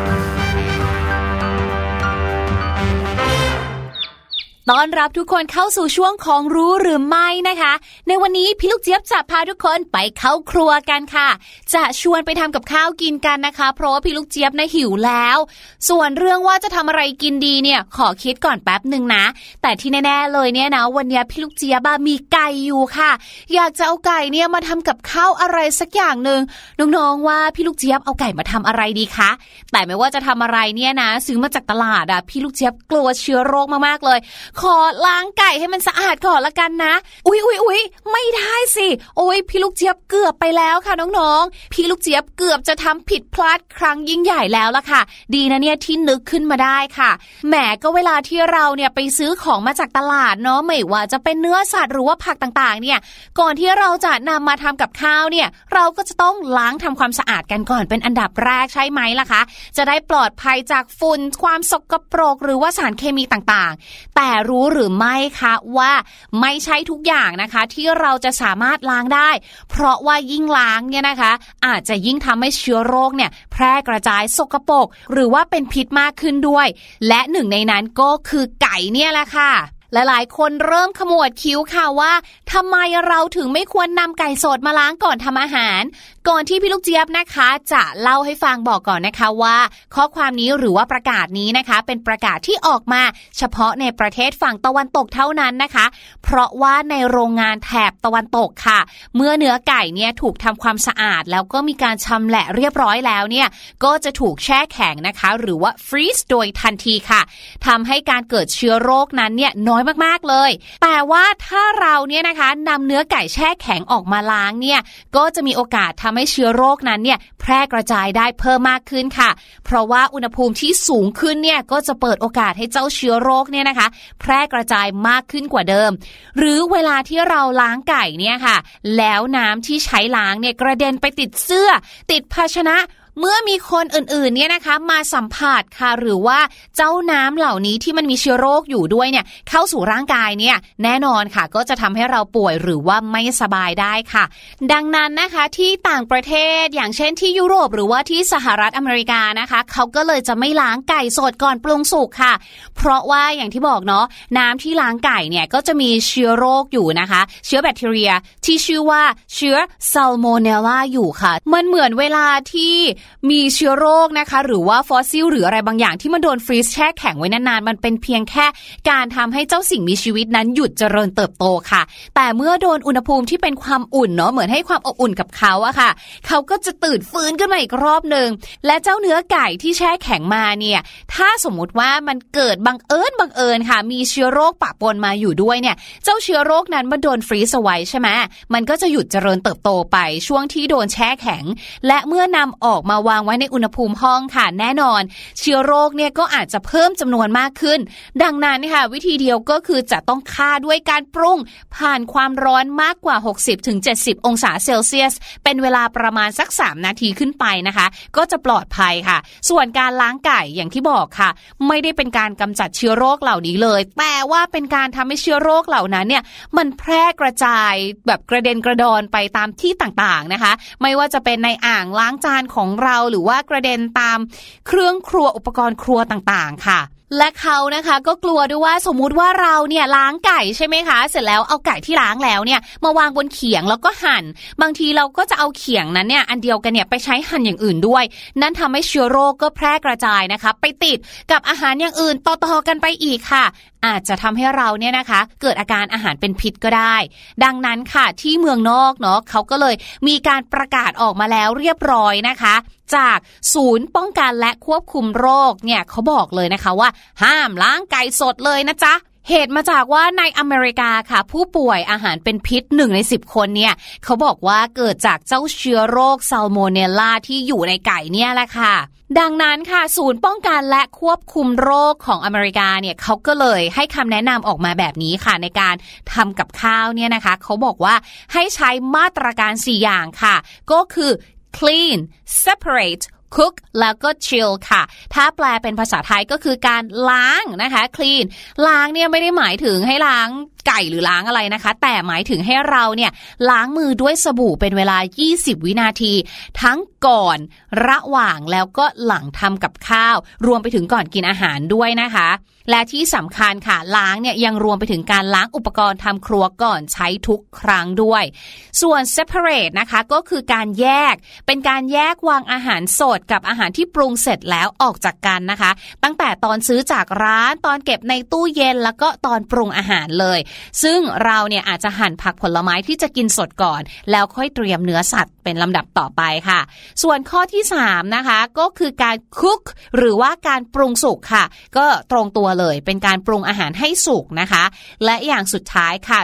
ต้อนรับทุกคนเข้าสู่ช่วงของรู้หรือไม่นะคะในวันนี้พี่ลูกเจี๊ยบจะพาทุกคนไปเข้าครัวกันค่ะจะชวนไปทำกับข้าวกินกันนะคะเพราะว่าพี่ลูกเจี๊ยบน่ะหิวแล้วส่วนเรื่องว่าจะทำอะไรกินดีเนี่ยขอคิดก่อนแป๊บนึงนะแต่ที่แน่ๆเลยเนี่ยนะวันนี้พี่ลูกเจี๊ยบมีไก่อยู่ค่ะอยากจะเอาไก่เนี่ยมาทำกับข้าวอะไรสักอย่างนึงน้องๆว่าพี่ลูกเจี๊ยบเอาไก่มาทำอะไรดีคะแต่ไม่ว่าจะทำอะไรเนี่ยนะซื้อมาจากตลาดพี่ลูกเจี๊ยบกลัวเชื้อโรคมากๆเลยขอล้างไก่ให้มันสะอาดก่อนละกันนะอุ๊ยไม่ได้สิโอ้ยพี่ลูกเจี๊ยบเกือบไปแล้วค่ะน้องๆพี่ลูกเจี๊ยบเกือบจะทำผิดพลาดครั้งยิ่งใหญ่แล้วล่ะค่ะดีนะเนี่ยที่นึกขึ้นมาได้ค่ะแหมก็เวลาที่เราเนี่ยไปซื้อของมาจากตลาดเนาะไม่ว่าจะเป็นเนื้อสัตว์หรือว่าผักต่างๆเนี่ยก่อนที่เราจะนำมาทำกับข้าวเนี่ยเราก็จะต้องล้างทำความสะอาดกันก่อนเป็นอันดับแรกใช่ไหมล่ะคะจะได้ปลอดภัยจากฝุ่นความสกปรกหรือว่าสารเคมีต่างๆแต่รู้หรือไม่คะว่าไม่ใช่ทุกอย่างนะคะที่เราจะสามารถล้างได้เพราะว่ายิ่งล้างเนี่ยนะคะอาจจะยิ่งทำให้เชื้อโรคเนี่ยแพร่กระจายสกปรกหรือว่าเป็นพิษมากขึ้นด้วยและหนึ่งในนั้นก็คือไก่เนี่ยแหละค่ะหลายๆคนเริ่มขมวดคิ้วค่ะว่าทำไมเราถึงไม่ควรนำไก่สดมาล้างก่อนทำอาหารก่อนที่พี่ลูกเจี๊ยบนะคะจะเล่าให้ฟังบอกก่อนนะคะว่าข้อความนี้หรือว่าประกาศนี้นะคะเป็นประกาศที่ออกมาเฉพาะในประเทศฝั่งตะวันตกเท่านั้นนะคะเพราะว่าในโรงงานแถบตะวันตกค่ะเมื่อเนื้อไก่เนี่ยถูกทำความสะอาดแล้วก็มีการชำแหละเรียบร้อยแล้วเนี่ยก็จะถูกแช่แข็งนะคะหรือว่าฟรีซโดยทันทีค่ะทำให้การเกิดเชื้อโรคนั้นเนี่ยน้อยมากๆเลยแต่ว่าถ้าเราเนี่ยนะคะนำเนื้อไก่แช่แข็งออกมาล้างเนี่ยก็จะมีโอกาสทำให้เชื้อโรคนั้นเนี่ยแพร่กระจายได้เพิ่มมากขึ้นค่ะเพราะว่าอุณหภูมิที่สูงขึ้นเนี่ยก็จะเปิดโอกาสให้เจ้าเชื้อโรคเนี่ยนะคะแพร่กระจายมากขึ้นกว่าเดิมหรือเวลาที่เราล้างไก่เนี่ยค่ะแล้วน้ำที่ใช้ล้างเนี่ยกระเด็นไปติดเสื้อติดภาชนะเมื่อมีคนอื่นๆเนี่ยนะคะมาสัมผัสค่ะหรือว่าเจ้าน้ำเหล่านี้ที่มันมีเชื้อโรคอยู่ด้วยเนี่ยเข้าสู่ร่างกายเนี่ยแน่นอนค่ะก็จะทำให้เราป่วยหรือว่าไม่สบายได้ค่ะดังนั้นนะคะที่ต่างประเทศอย่างเช่นที่ยุโรปหรือว่าที่สหรัฐอเมริกานะคะเขาก็เลยจะไม่ล้างไก่สดก่อนปรุงสุกค่ะเพราะว่าอย่างที่บอกเนาะน้ำที่ล้างไก่เนี่ยก็จะมีเชื้อโรคอยู่นะคะเชื้อแบคทีเรียที่ชื่อว่าเชื้อซัลโมเนลลาอยู่ค่ะมันเหมือนเวลาที่มีเชื้อโรคนะคะหรือว่าฟอสซิลหรืออะไรบางอย่างที่มันโดนฟรีซแช่แข็งไว้นานๆมันเป็นเพียงแค่การทำให้เจ้าสิ่งมีชีวิตนั้นหยุดเจริญเติบโตค่ะแต่เมื่อโดนอุณหภูมิที่เป็นความอุ่นเนาะเหมือนให้ความอบอุ่นกับเขาอะค่ะเขาก็จะตื่นฟื้นขึ้นมาอีกรอบนึงและเจ้าเนื้อไก่ที่แช่แข็งมาเนี่ยถ้าสมมติว่ามันเกิดบังเอิญค่ะมีเชื้อโรคปะปนมาอยู่ด้วยเนี่ยเจ้าเชื้อโรคนั้นมันโดนฟรีซเอาไว้ใช่ไหมมันก็จะหยุดเจริญเติบโตไปช่วงที่โดนแช่แข็งและเมื่อนำออกมาาวางไว้ในอุณหภูมิห้องค่ะแน่นอนเชื้อโรคเนี่ยก็อาจจะเพิ่มจำนวนมากขึ้นดังนั้นค่ะวิธีเดียวก็คือจะต้องฆ่าด้วยการปรุงผ่านความร้อนมากกว่า 60-70 องศาเซลเซียสเป็นเวลาประมาณสัก3นาทีขึ้นไปนะคะก็จะปลอดภัยค่ะส่วนการล้างไก่อย่างที่บอกค่ะไม่ได้เป็นการกำจัดเชื้อโรคเหล่านี้เลยแต่ว่าเป็นการทำให้เชื้อโรคเหล่านั้นเนี่ยมันแพร่กระจายแบบกระเด็นกระดอนไปตามที่ต่างๆนะคะไม่ว่าจะเป็นในอ่างล้างจานของเราหรือว่ากระเด็นตามเครื่องครัวอุปกรณ์ครัวต่างๆค่ะและเขานะคะก็กลัวด้วยว่าสมมุติว่าเราเนี่ยล้างไก่ใช่ไหมคะเสร็จแล้วเอาไก่ที่ล้างแล้วเนี่ยมาวางบนเขียงแล้วก็หั่นบางทีเราก็จะเอาเขียงนั้นเนี่ยอันเดียวกันเนี่ยไปใช้หั่นอย่างอื่นด้วยนั่นทำให้เชื้อโรคก็แพร่กระจายนะคะไปติดกับอาหารอย่างอื่นต่อๆกันไปอีกค่ะอาจจะทำให้เราเนี่ยนะคะเกิดอาการอาหารเป็นพิษก็ได้ดังนั้นค่ะที่เมืองนอกเนาะเขาก็เลยมีการประกาศออกมาแล้วเรียบร้อยนะคะจากศูนย์ป้องกันและควบคุมโรคเนี่ยเขาบอกเลยนะคะว่าห้ามล้างไก่สดเลยนะจ๊ะเหตุมาจากว่าในอเมริกาค่ะผู้ป่วยอาหารเป็นพิษ1ใน10คนเนี่ยเขาบอกว่าเกิดจากเจ้าเชื้อโรคซัลโมเนลลาที่อยู่ในไก่เนี่ยแหละค่ะดังนั้นค่ะศูนย์ป้องกันและควบคุมโรคของอเมริกาเนี่ยเขาก็เลยให้คำแนะนำออกมาแบบนี้ค่ะในการทำกับข้าวเนี่ยนะคะเขาบอกว่าให้ใช้มาตรการ4อย่างค่ะก็คือ clean separate cook แล้วก็ chill ค่ะถ้าแปลเป็นภาษาไทยก็คือการล้างนะคะ clean ล้างเนี่ยไม่ได้หมายถึงให้ล้างไก่หรือล้างอะไรนะคะแต่หมายถึงให้เราเนี่ยล้างมือด้วยสบู่เป็นเวลา20วินาทีทั้งก่อนระหว่างแล้วก็หลังทำกับข้าวรวมไปถึงก่อนกินอาหารด้วยนะคะและที่สำคัญค่ะล้างเนี่ยยังรวมไปถึงการล้างอุปกรณ์ทำครัวก่อนใช้ทุกครั้งด้วยส่วน separate นะคะก็คือการแยกเป็นการแยกวางอาหารสดกับอาหารที่ปรุงเสร็จแล้วออกจากกันนะคะตั้งแต่ตอนซื้อจากร้านตอนเก็บในตู้เย็นแล้วก็ตอนปรุงอาหารเลยซึ่งเราเนี่ยอาจจะหั่นผักผลไม้ที่จะกินสดก่อนแล้วค่อยเตรียมเนื้อสัตว์เป็นลำดับต่อไปค่ะส่วนข้อที่3นะคะก็คือการ cook หรือว่าการปรุงสุกค่ะก็ตรงตัวเลยเป็นการปรุงอาหารให้สุกนะคะและอย่างสุดท้ายค่ะ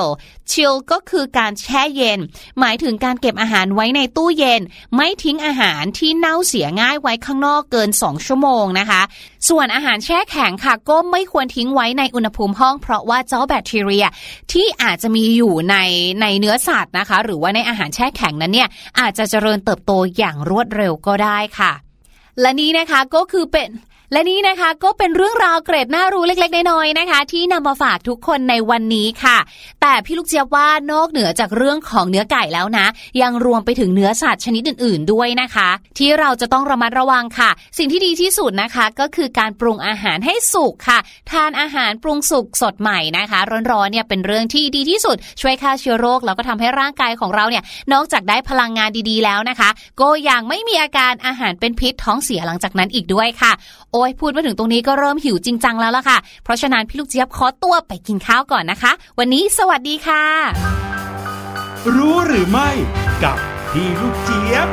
chill ก็คือการแช่เย็นหมายถึงการเก็บอาหารไว้ในตู้เย็นไม่ทิ้งอาหารที่เน่าเสียง่ายไว้ข้างนอกเกิน2ชั่วโมงนะคะส่วนอาหารแช่แข็งค่ะก็ไม่ควรทิ้งไว้ในอุณหภูมิห้องเพราะว่าเจ้าแบคทีเรียที่อาจจะมีอยู่ในเนื้อสัตว์นะคะหรือว่าในอาหารแช่แข็งนั้นเนี่ยอาจจะเจริญเติบโตอย่างรวดเร็วก็ได้ค่ะและนี้นะคะก็เป็นเรื่องราวเกร็ดน่ารู้เล็กๆน้อยๆนะคะที่นำมาฝากทุกคนในวันนี้ค่ะแต่พี่ลูกเจี๊ยบว่านอกเหนือจากเรื่องของเนื้อไก่แล้วนะยังรวมไปถึงเนื้อสัตว์ชนิดอื่นๆด้วยนะคะที่เราจะต้องระมัดระวังค่ะสิ่งที่ดีที่สุดนะคะก็คือการปรุงอาหารให้สุกค่ะทานอาหารปรุงสุกสดใหม่นะคะร้อนๆเนี่ยเป็นเรื่องที่ดีที่สุดช่วยฆ่าเชื้อโรคแล้วก็ทำให้ร่างกายของเราเนี่ยนอกจากได้พลังงานดีๆแล้วนะคะก็ยังไม่มีอาการอาหารเป็นพิษท้องเสียหลังจากนั้นอีกด้วยค่ะโอ้ยพูดมาถึงตรงนี้ก็เริ่มหิวจริงจังแล้วล่ะค่ะเพราะฉะนั้นพี่ลูกเจี๊ยบขอตัวไปกินข้าวก่อนนะคะวันนี้สวัสดีค่ะรู้หรือไม่กับพี่ลูกเจี๊ยบ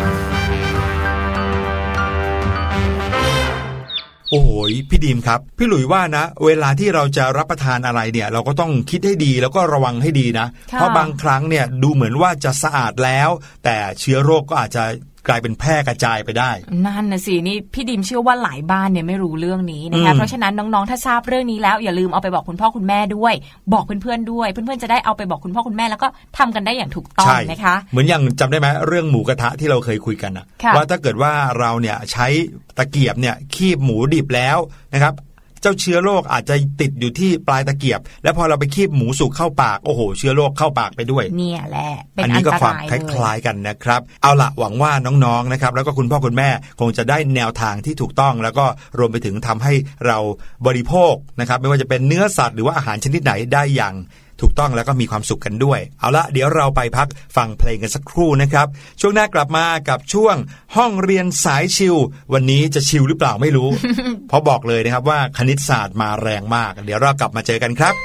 โอ้โหพี่ดีมครับพี่หลุยว่านะเวลาที่เราจะรับประทานอะไรเนี่ยเราก็ต้องคิดให้ดีแล้วก็ระวังให้ดีนะเพราะบางครั้งเนี่ยดูเหมือนว่าจะสะอาดแล้วแต่เชื้อโรคก็อาจจะกลายเป็นแพร่กระจายไปได้นั่นนะสินี่พี่ดิมเชื่อว่าหลายบ้านเนี่ยไม่รู้เรื่องนี้นะคะเพราะฉะนั้นน้องๆถ้าทราบเรื่องนี้แล้วอย่าลืมเอาไปบอกคุณพ่อคุณแม่ด้วยบอกเพื่อนๆด้วยเพื่อนๆจะได้เอาไปบอกคุณพ่อคุณแม่แล้วก็ทำกันได้อย่างถูกต้องนะคะเหมือนอย่างจำได้ไหมเรื่องหมูกระทะที่เราเคยคุยกันนะว่าถ้าเกิดว่าเราเนี่ยใช้ตะเกียบเนี่ยคีบหมูดิบแล้วนะครับเจ้าเชื้อโรคอาจจะติดอยู่ที่ปลายตะเกียบแล้วพอเราไปคีบหมูสุกเข้าปากโอ้โหเชื้อโรคเข้าปากไปด้วยเนี่ยแหละเป็นอันตรายเลยอันนี้ก็ความคล้ายๆกันนะครับเอาล่ะหวังว่าน้องๆนะครับแล้วก็คุณพ่อคุณแม่คงจะได้แนวทางที่ถูกต้องแล้วก็รวมไปถึงทำให้เราบริโภคนะครับไม่ว่าจะเป็นเนื้อสัตว์หรือว่าอาหารชนิดไหนได้อย่างถูกต้องแล้วก็มีความสุขกันด้วยเอาละเดี๋ยวเราไปพักฟังเพลงกันสักครู่นะครับช่วงหน้ากลับมากับช่วงห้องเรียนสายชิลวันนี้จะชิลหรือเปล่าไม่รู้ เพราะบอกเลยนะครับว่าคณิตศาสตร์มาแรงมากเดี๋ยวเรากลับมาเจอกันครับ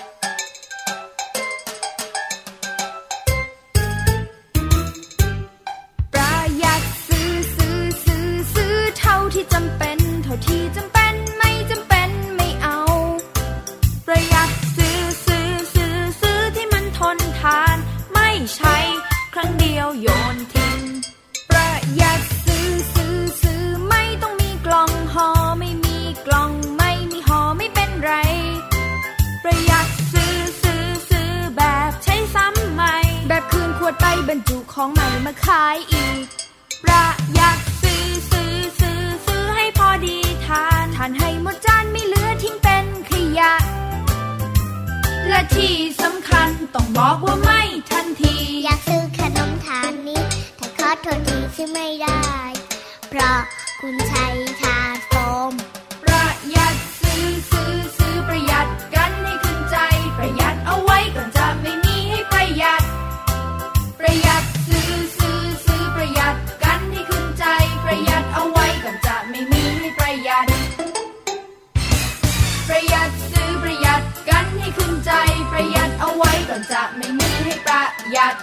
ประหยัดซื้อเท่าที่จำเป็นเท่าที่จำเป็นไม่จำเป็นไม่เอาประหยัดทานไม่ใช้ครั้งเดียวโยนทิ้งประหยัดซื้อของใหม่มาขายอีกประหยัดซื้อให้พอดีทานให้หมดจานไม่เหลือทิ้งเป็นขยะและที่สำคัญต้องบอกว่าไม่ทันทีอยากซื้อขนมทานนี้แต่ขอโทษทีซื้อไม่ได้เพราะคุณใช้ถาดโฟมประหยัดซื้อประหยัดกันให้ขึ้นใจประหยัดเอาไว้ก่อนจะไม่มีให้ประหยัดประหยัดซื้อประหยัดกันให้ขึ้นใจประหยัดเอาไว้ก่อนจะไม่มีให้ประหยัดประหยัดซื้อประหยัดกันให้ขึ้นใจประหยัดเอาไว้ก่อนจะไม่มีให้ประหยัด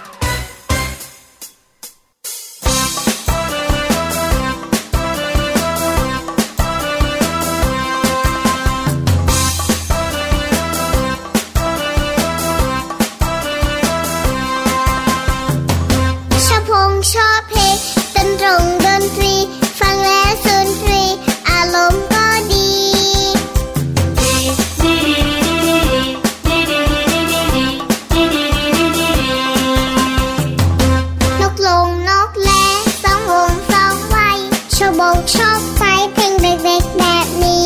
ชอบเพลงดนตรีฟังแล้วสุนทรีอารมณ์ก็ดีนกลงนกแลสองวงสองไว้ชอบบชอบใจเพลงเด็กๆแบบนี้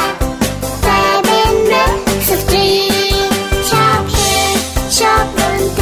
ด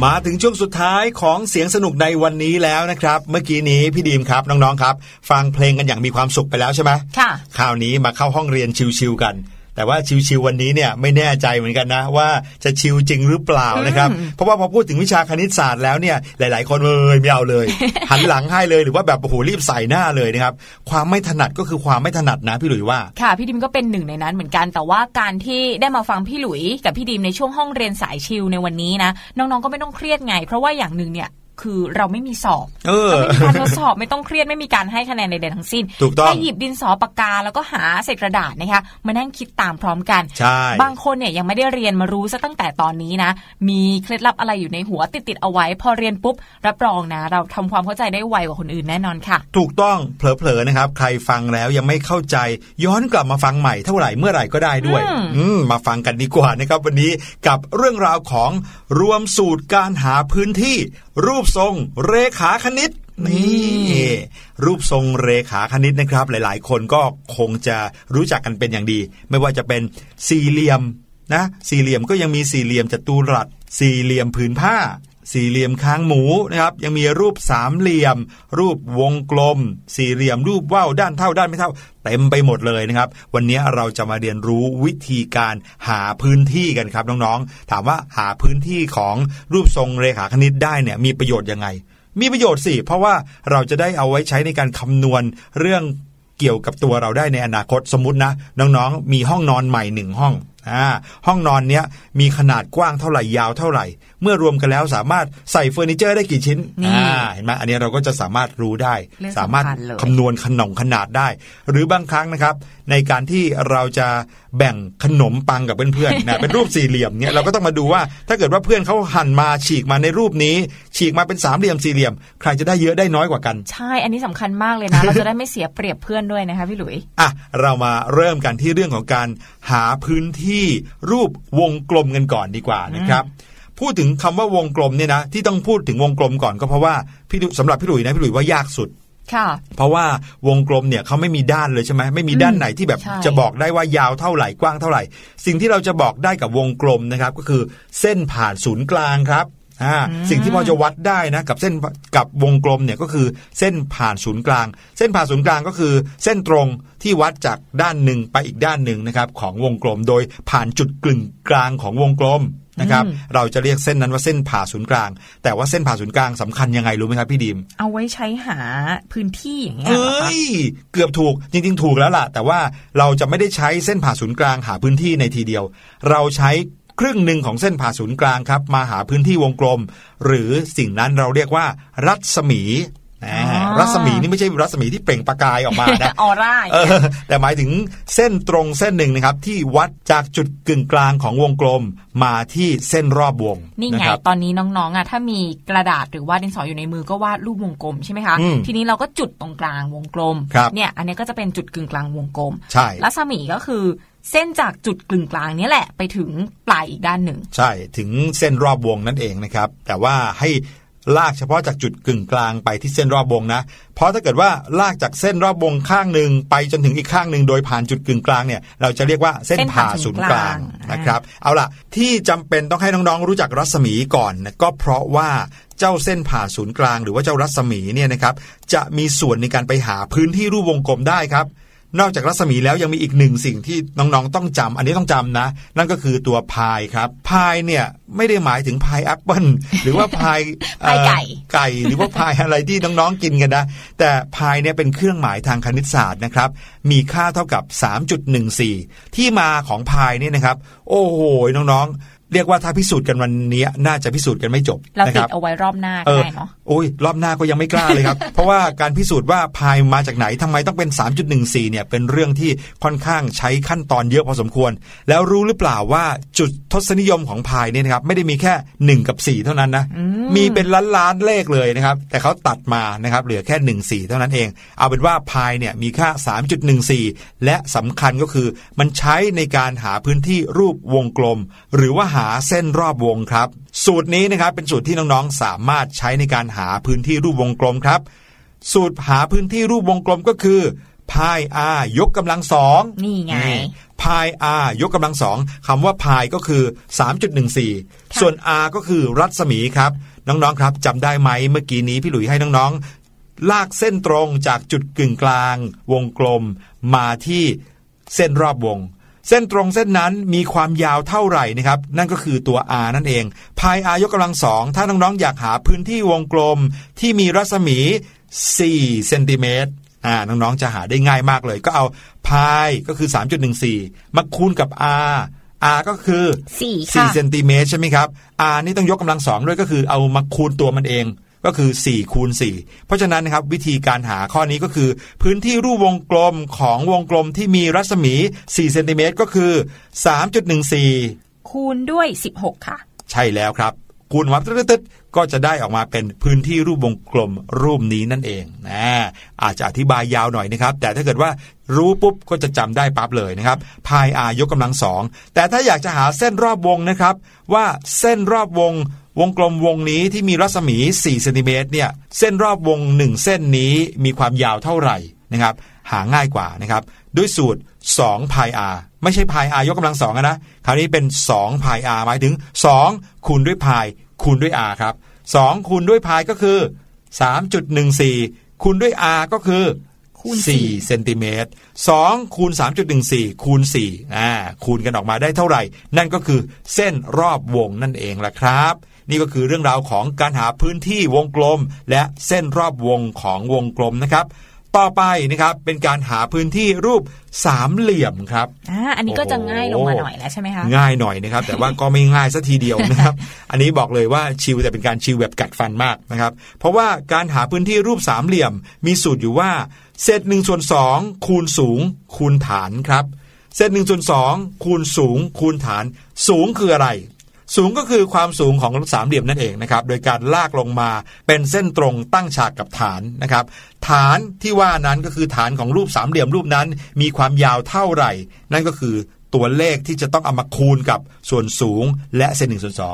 มาถึงช่วงสุดท้ายของเสียงสนุกในวันนี้แล้วนะครับเมื่อกี้นี้พี่ดีมครับน้องๆครับฟังเพลงกันอย่างมีความสุขไปแล้วใช่ไหมค่ะคราวนี้มาเข้าห้องเรียนชิวๆกันแต่ว่าชิวๆวันนี้เนี่ยไม่แน่ใจเหมือนกันนะว่าจะชิวจริงหรือเปล่านะครับเพราะว่าพอพูดถึงวิชาคณิตศาสตร์แล้วเนี่ยหลายๆคนไม่เอาเลย หันหลังให้เลยหรือว่าแบบโอ้โหรีบใส่หน้าเลยนะครับความไม่ถนัดก็คือความไม่ถนัดนะพี่หลุยว่าค่ะพี่ดิมก็เป็นหนึ่งในนั้นเหมือนกันแต่ว่าการที่ได้มาฟังพี่หลุยกับพี่ดิมในช่วงห้องเรียนสายชิลในวันนี้นะน้องๆก็ไม่ต้องเครียดไงเพราะว่าอย่างนึงเนี่ยคือเราไม่มีสอบไม่มีการทดสอบไม่ต้องเครียดไม่มีการให้คะแนนใดๆทั้งสิ้นแค่หยิบดินสอปากกาแล้วก็หาเศษกระดาษนะคะมานั่งคิดตามพร้อมกันบางคนเนี่ยยังไม่ได้เรียนมารู้ซะตั้งแต่ตอนนี้นะมีเคล็ดลับอะไรอยู่ในหัวติดเอาไว้พอเรียนปุ๊บรับรองนะเราทำความเข้าใจได้ไวกว่าคนอื่นแน่นอนค่ะถูกต้องเผลอๆนะครับใครฟังแล้วยังไม่เข้าใจย้อนกลับมาฟังใหม่เท่าไหร่เมื่อไหร่ก็ได้ด้วยมาฟังกันดีกว่านะครับวันนี้กับเรื่องราวของรวมสูตรการหาพื้นที่รูปทรงเรขาคณิตนี่รูปทรงเรขาคณิตนะครับหลายๆคนก็คงจะรู้จักกันเป็นอย่างดีไม่ว่าจะเป็นสี่เหลี่ยมนะสี่เหลี่ยมก็ยังมีสี่เหลี่ยมจัตุรัสสี่เหลี่ยมผืนผ้าสี่เหลี่ยมคางหมูนะครับยังมีรูปสามเหลี่ยมรูปวงกลมสี่เหลี่ยมรูปว่าวด้านเท่าด้านไม่เท่าเต็มไปหมดเลยนะครับวันนี้เราจะมาเรียนรู้วิธีการหาพื้นที่กันครับน้องๆถามว่าหาพื้นที่ของรูปทรงเรขาคณิตได้เนี่ยมีประโยชน์ยังไงมีประโยชน์สิเพราะว่าเราจะได้เอาไว้ใช้ในการคำนวณเรื่องเกี่ยวกับตัวเราได้ในอนาคตสมมุตินะน้องๆมีห้องนอนใหม่1ห้องห้องนอนเนี้ยมีขนาดกว้างเท่าไหร่ยาวเท่าไหร่เมื่อรวมกันแล้วสามารถใส่เฟอร์นิเจอร์ได้กี่ชิ้นเห็นไหมอันนี้เราก็จะสามารถรู้ได้สามารถคำนวณขนาดได้หรือบางครั้งนะครับในการที่เราจะแบ่งขนมปังกับเพื่อนๆนะเป็นรูปสี่เหลี่ยมเนี่ยเราก็ต้องมาดูว่าถ้าเกิดว่าเพื่อนเขาหั่นมาฉีกมาในรูปนี้ฉีกมาเป็นสามเหลี่ยมสี่เหลี่ยมใครจะได้เยอะได้น้อยกว่ากันใช่อันนี้สำคัญมากเลยนะ เราจะได้ไม่เสียเปรียบเพื่อนด้วยนะคะพี่หลุยเรามาเริ่มกันที่เรื่องของการหาพื้นที่รูปวงกลมกันก่อนดีกว่านะครับพูดถึงคำว่าวงกลมเนี่ยนะที่ต้องพูดถึงวงกลมก่อนก็เพราะว่าสำหรับพี่หลุยนะพี่หลุยว่ายากสุดเพราะว่าวงกลมเนี่ยเขาไม่มีด้านเลยใช่ไหมไม่มีด้านไหนที่แบบจะบอกได้ว่ายาวเท่าไหร่กว้างเท่าไหร่สิ่งที่เราจะบอกได้กับวงกลมนะครับก็คือเส้นผ่านศูนย์กลางครับสิ่งที่พอจะวัดได้นะกับวงกลมเนี่ยก็คือเส้นผ่านศูนย์กลางเส้นผ่านศูนย์กลางก็คือเส้นตรงที่วัดจากด้านหนึ่งไปอีกด้านหนึ่งนะครับของวงกลมโดยผ่านจุดกึ่งกลางของวงกลมนะครับเราจะเรียกเส้นนั้นว่าเส้นผ่าศูนย์กลางแต่ว่าเส้นผ่าศูนย์กลางสำคัญยังไงรู้ไหมครับพี่ดิมเอาไว้ใช้หาพื้นที่อย่างเงี้ยเกือบถูกจริงๆถูกแล้วล่ะแต่ว่าเราจะไม่ได้ใช้เส้นผ่าศูนย์กลางหาพื้นที่ในทีเดียวเราใช้ครึ่งหนึ่งของเส้นผ่าศูนย์กลางครับมาหาพื้นที่วงกลมหรือสิ่งนั้นเราเรียกว่ารัศมีรัศมีนี่ไม่ใช่รัศมีที่เปล่งประกายออกมานะออร่าแต่หมายถึงเส้นตรงเส้นหนึ่งนะครับที่วัดจากจุดกึ่งกลางของวงกลมมาที่เส้นรอบวงนี่ไงตอนนี้น้องๆถ้ามีกระดาษหรือว่าดินสออยู่ในมือก็วาดรูปวงกลมใช่ไหมคะทีนี้เราก็จุดตรงกลางวงกลมเนี่ยอันนี้ก็จะเป็นจุดกึ่งกลางวงกลมใช่รัศมีก็คือเส้นจากจุดกึ่งกลางนี้แหละไปถึงปลายอีกด้านหนึ่งใช่ถึงเส้นรอบวงนั่นเองนะครับแต่ว่าให้ลากเฉพาะจากจุดกึ่งกลางไปที่เส้นรอบวงนะเพราะถ้าเกิดว่าลากจากเส้นรอบวงข้างหนึ่งไปจนถึงอีกข้างหนึ่งโดยผ่านจุดกึ่งกลางเนี่ยเราจะเรียกว่าเส้นผ่าศูนย์กลางนะครับเอาล่ะที่จำเป็นต้องให้น้องๆรู้จักรัศมีก่อนนะก็เพราะว่าเจ้าเส้นผ่าศูนย์กลางหรือว่าเจ้ารัศมีเนี่ยนะครับจะมีส่วนในการไปหาพื้นที่รูปวงกลมได้ครับนอกจากรัศมีแล้วยังมีอีกหนึ่งสิ่งที่น้องๆต้องจำอันนี้ต้องจำนะนั่นก็คือตัวพายครับพายเนี่ยไม่ได้หมายถึงพายแอปเปิ้ลหรือว่าพายไก่หรือว่าพายอะไรที่น้องๆกินกันนะแต่พายเนี่ยเป็นเครื่องหมายทางคณิตศาสตร์นะครับมีค่าเท่ากับ 3.14 ที่มาของพายเนี่ยนะครับโอ้โหน้องๆเรียกว่าถ้าพิสูจน์กันวันนี้น่าจะพิสูจน์กันไม่จบเราติดเอาไว้รอบหน้าได้เนาะโอ้ยรอบหน้าก็ยังไม่กล้าเลยครับ เพราะว่าการพิสูจน์ว่าพายมาจากไหนทำไมต้องเป็น 3.14 เนี่ยเป็นเรื่องที่ค่อนข้างใช้ขั้นตอนเยอะพอสมควรแล้วรู้หรือเปล่าว่าจุดทศนิยมของพายเนี่ยนะครับไม่ได้มีแค่1กับ4เท่านั้นนะมีเป็นล้านๆเลขเลยนะครับแต่เขาตัดมานะครับเหลือแค่14เท่านั้นเองเอาเป็นว่าพายเนี่ยมีค่า 3.14 และสำคัญก็คือมันใช้ในการหาพื้นที่รูปวงกลมหรือว่าหาเส้นรอบวงครับสูตรนี้นะครับเป็นสูตรที่น้องๆสามารถใช้ในการหาพื้นที่รูปวงกลมครับสูตรหาพื้นที่รูปวงกลมก็คือพาย r ยกกำลังสองนี่ไงพาย r ยกกำลังสองคำว่าพายก็คือ 3.14 ส่วน r ก็คือรัศมีครับน้องๆครับจำได้ไหมเมื่อกี้นี้พี่หลุยให้น้องๆลากเส้นตรงจากจุดกึ่งกลางวงกลมมาที่เส้นรอบวงเส้นตรงเส้นนั้นมีความยาวเท่าไหร่นะครับนั่นก็คือตัว r นั่นเองพาย r ยกกำลังสองถ้าน้องๆอยากหาพื้นที่วงกลมที่มีรัศมี4เซนติเมตรน้องๆจะหาได้ง่ายมากเลยก็เอาพายก็คือ 3.14 มาคูณกับ r ก็คือ4เซนติเมตรใช่ไหมครับ r นี่ต้องยกกำลังสองด้วยก็คือเอามาคูณตัวมันเองก็คือ4คูณ4เพราะฉะนั้นนะครับวิธีการหาข้อนี้ก็คือพื้นที่รูปวงกลมของวงกลมที่มีรัศมี4เซนติเมตรก็คือ 3.14 คูณด้วย16ค่ะใช่แล้วครับคูณวัดตึ๊ดๆก็จะได้ออกมาเป็นพื้นที่รูปวงกลมรูปนี้นั่นเองอาจจะอธิบายยาวหน่อยนะครับแต่ถ้าเกิดว่ารู้ปุ๊บก็จะจำได้ปั๊บเลยนะครับพาย r ยกกำลังสองแต่ถ้าอยากจะหาเส้นรอบวงนะครับว่าเส้นรอบวงกลมวงนี้ที่มีรัศมี4เซนติเมตรเนี่ยเส้นรอบวง1เส้นนี้มีความยาวเท่าไหร่นะครับหาง่ายกว่านะครับด้วยสูตร2พาย r ไม่ใช่พาย r ยกกำลังสองนะคราวนี้เป็น2พาย r หมายถึง2คูณด้วยพายคูณด้วย r ครับ2คูณด้วยพายก็คือ 3.14 คูณด้วย r ก็คือ4เซนติเมตร2คูณ 3.14 คูณ4คูณกันออกมาได้เท่าไหร่นั่นก็คือเส้นรอบวงนั่นเองล่ะครับนี่ก็คือเรื่องราวของการหาพื้นที่วงกลมและเส้นรอบวงของวงกลมนะครับต่อไปนะครับเป็นการหาพื้นที่รูปสามเหลี่ยมครับอันนี้ก็จะง่ายลงมาหน่อยแล้วใช่ไหมคะง่ายหน่อยนะครับแต่ว่าก็ไม่ง่ายซะทีเดียวนะครับ อันนี้บอกเลยว่าชิลแต่เป็นการชิลแบบกัดฟันมากนะครับเพราะว่าการหาพื้นที่รูปสามเหลี่ยมมีสูตรอยู่ว่าเศษ1/2คูณสูงคูณฐานครับเศษ1/2คูณสูงคูณฐานสูงคืออะไรสูงก็คือความสูงของสามเหลี่ยมนั่นเองนะครับโดยการลากลงมาเป็นเส้นตรงตั้งฉากกับฐานนะครับฐานที่ว่านั้นก็คือฐานของรูปสามเหลี่ยมรูปนั้นมีความยาวเท่าไหร่นั่นก็คือตัวเลขที่จะต้องเอามาคูณกับส่วนสูงและเศษ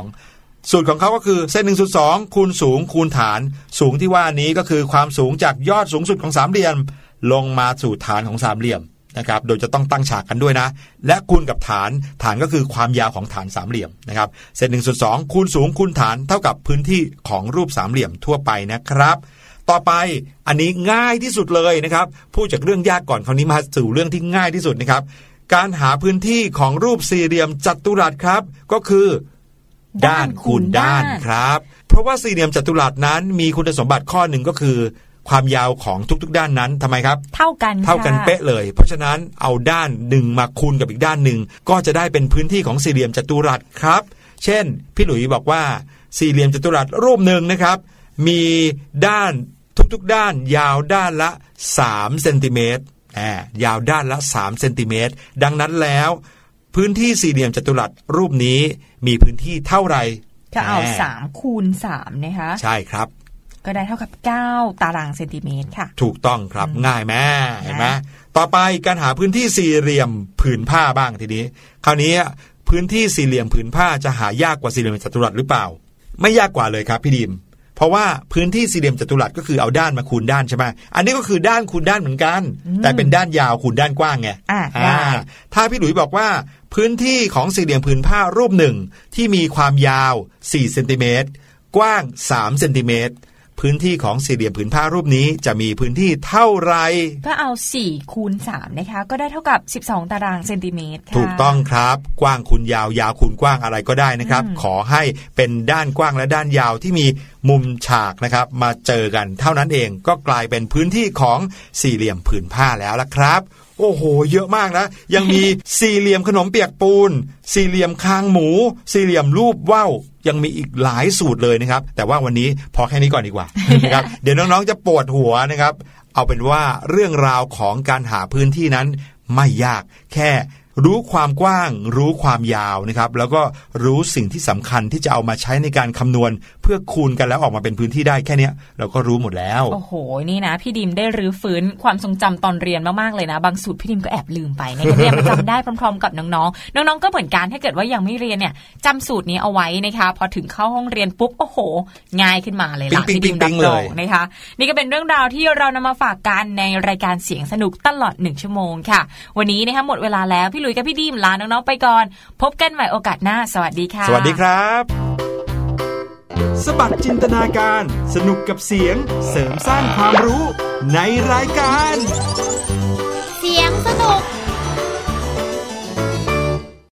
1/2สูตรของเขาก็คือเศษ1/2คูณสูงคูณฐานสูงที่ว่านี้ก็คือความสูงจากยอดสูงสุดของสามเหลี่ยมลงมาสู่ฐานของสามเหลี่ยมนะครับโดยจะต้องตั้งฉากกันด้วยนะและคูณกับฐานก็คือความยาวของฐานสามเหลี่ยมนะครับเศษ1/2คูณสูงคูณฐานเท่ากับพื้นที่ของรูปสามเหลี่ยมทั่วไปนะครับต่อไปอันนี้ง่ายที่สุดเลยนะครับพูดจากเรื่องยากก่อนคราวนี้มาสู่เรื่องที่ง่ายที่สุดนะครับการหาพื้นที่ของรูปสี่เหลี่ยมจัตุรัสครับก็คือด้านคูณด้านครับเพราะว่าสี่เหลี่ยมจัตุรัสนั้นมีคุณสมบัติข้อหนึ่งก็คือความยาวของทุกๆด้านนั้นทำไมครับเท่ากันเป๊ะเลยเพราะฉะนั้นเอาด้านหนึ่งมาคูณกับอีกด้านหนึ่งก็จะได้เป็นพื้นที่ของสี่เหลี่ยมจัตุรัสครับเช่นพี่หลุยบอกว่าสี่เหลี่ยมจัตุรัสรูปหนึ่งนะครับมีด้านทุกๆด้านยาวด้านละ3เซนติเมตรยาวด้านละ3เซนติเมตรดังนั้นแล้วพื้นที่สี่เหลี่ยมจัตุรัสรูปนี้มีพื้นที่เท่าไหร่ก็เอา3คูณ3นะคะใช่ครับก็ได้เท่ากับ9ตารางเซนติเมตรค่ะถูกต้องครับง่ายไหมเห็นไหมต่อไปการหาพื้นที่สี่เหลี่ยมผืนผ้าบ้างทีนี้คราวนี้พื้นที่สี่เหลี่ยมผืนผ้าจะหายากกว่าสี่เหลี่ยมจัตุรัสหรือเปล่าไม่ยากกว่าเลยครับพี่ดิมเพราะว่าพื้นที่สี่เหลี่ยมจัตุรัสก็คือเอาด้านมาคูณด้านใช่ไหมอันนี้ก็คือด้านคูณด้านเหมือนกันแต่เป็นด้านยาวคูณด้านกว้างไงถ้าพี่หลุยบอกว่าพื้นที่ของสี่เหลี่ยมผืนผ้ารูปหนึ่งที่มีความยาว4เซนติเมตรกว้าง3เซนติเมตรพื้นที่ของสี่เหลี่ยมผืนผ้ารูปนี้จะมีพื้นที่เท่าไรก็เอา4คูณ3นะคะก็ได้เท่ากับ12ตารางเซนติเมตรค่ะถูกต้องครับกว้างคูณยาวยาวคูณกว้างอะไรก็ได้นะครับขอให้เป็นด้านกว้างและด้านยาวที่มีมุมฉากนะครับมาเจอกันเท่านั้นเองก็กลายเป็นพื้นที่ของสี่เหลี่ยมผืนผ้าแล้วล่ะครับโอ้โหเยอะมากนะยังมีสี่เหลี่ยมขนมเปียกปูนสี่เหลี่ยมคางหมูสี่เหลี่ยมรูปว่าวยังมีอีกหลายสูตรเลยนะครับแต่ว่าวันนี้พอแค่นี้ก่อนดีกว่า นะครับเดี๋ยวน้องๆจะปวดหัวนะครับเอาเป็นว่าเรื่องราวของการหาพื้นที่นั้นไม่ยากแค่รู้ความกว้างรู้ความยาวนะครับแล้วก็รู้สิ่งที่สำคัญที่จะเอามาใช้ในการคำนวณเพื่อคูณกันแล้วออกมาเป็นพื้นที่ได้แค่นี้เราก็รู้หมดแล้วโอ้โหนี่นะพี่ดิมได้รื้อฟื้นความทรงจำตอนเรียนมากๆเลยนะบางสูตรพี่ดิมก็แอบลืมไปนะคะเนี่ยมาจำได้พร้อมๆกับน้องๆน้องๆก็เหมือนกันถ้าเกิดว่ายังไม่เรียนเนี่ยจำสูตรนี้เอาไว้นะคะพอถึงเข้าห้องเรียนปุ๊บโอ้โหง่ายขึ้นมาเลยล่ะพี่ดิมรับรองนะคะนี่ก็เป็นเรื่องราวที่เรานำมาฝากกันในรายการเสียงสนุกตลอด1ชั่วโมงค่ะวันนี้นะคะหมดเวลาแล้วพี่หลุยส์กับพี่ดิมลาน้องๆไปก่อนพบกันใหม่โอกาสหน้าสวัสดีค่ะสวัสดีครับสบัดจินตนาการสนุกกับเสียงเสริมสร้างความรู้ในรายการ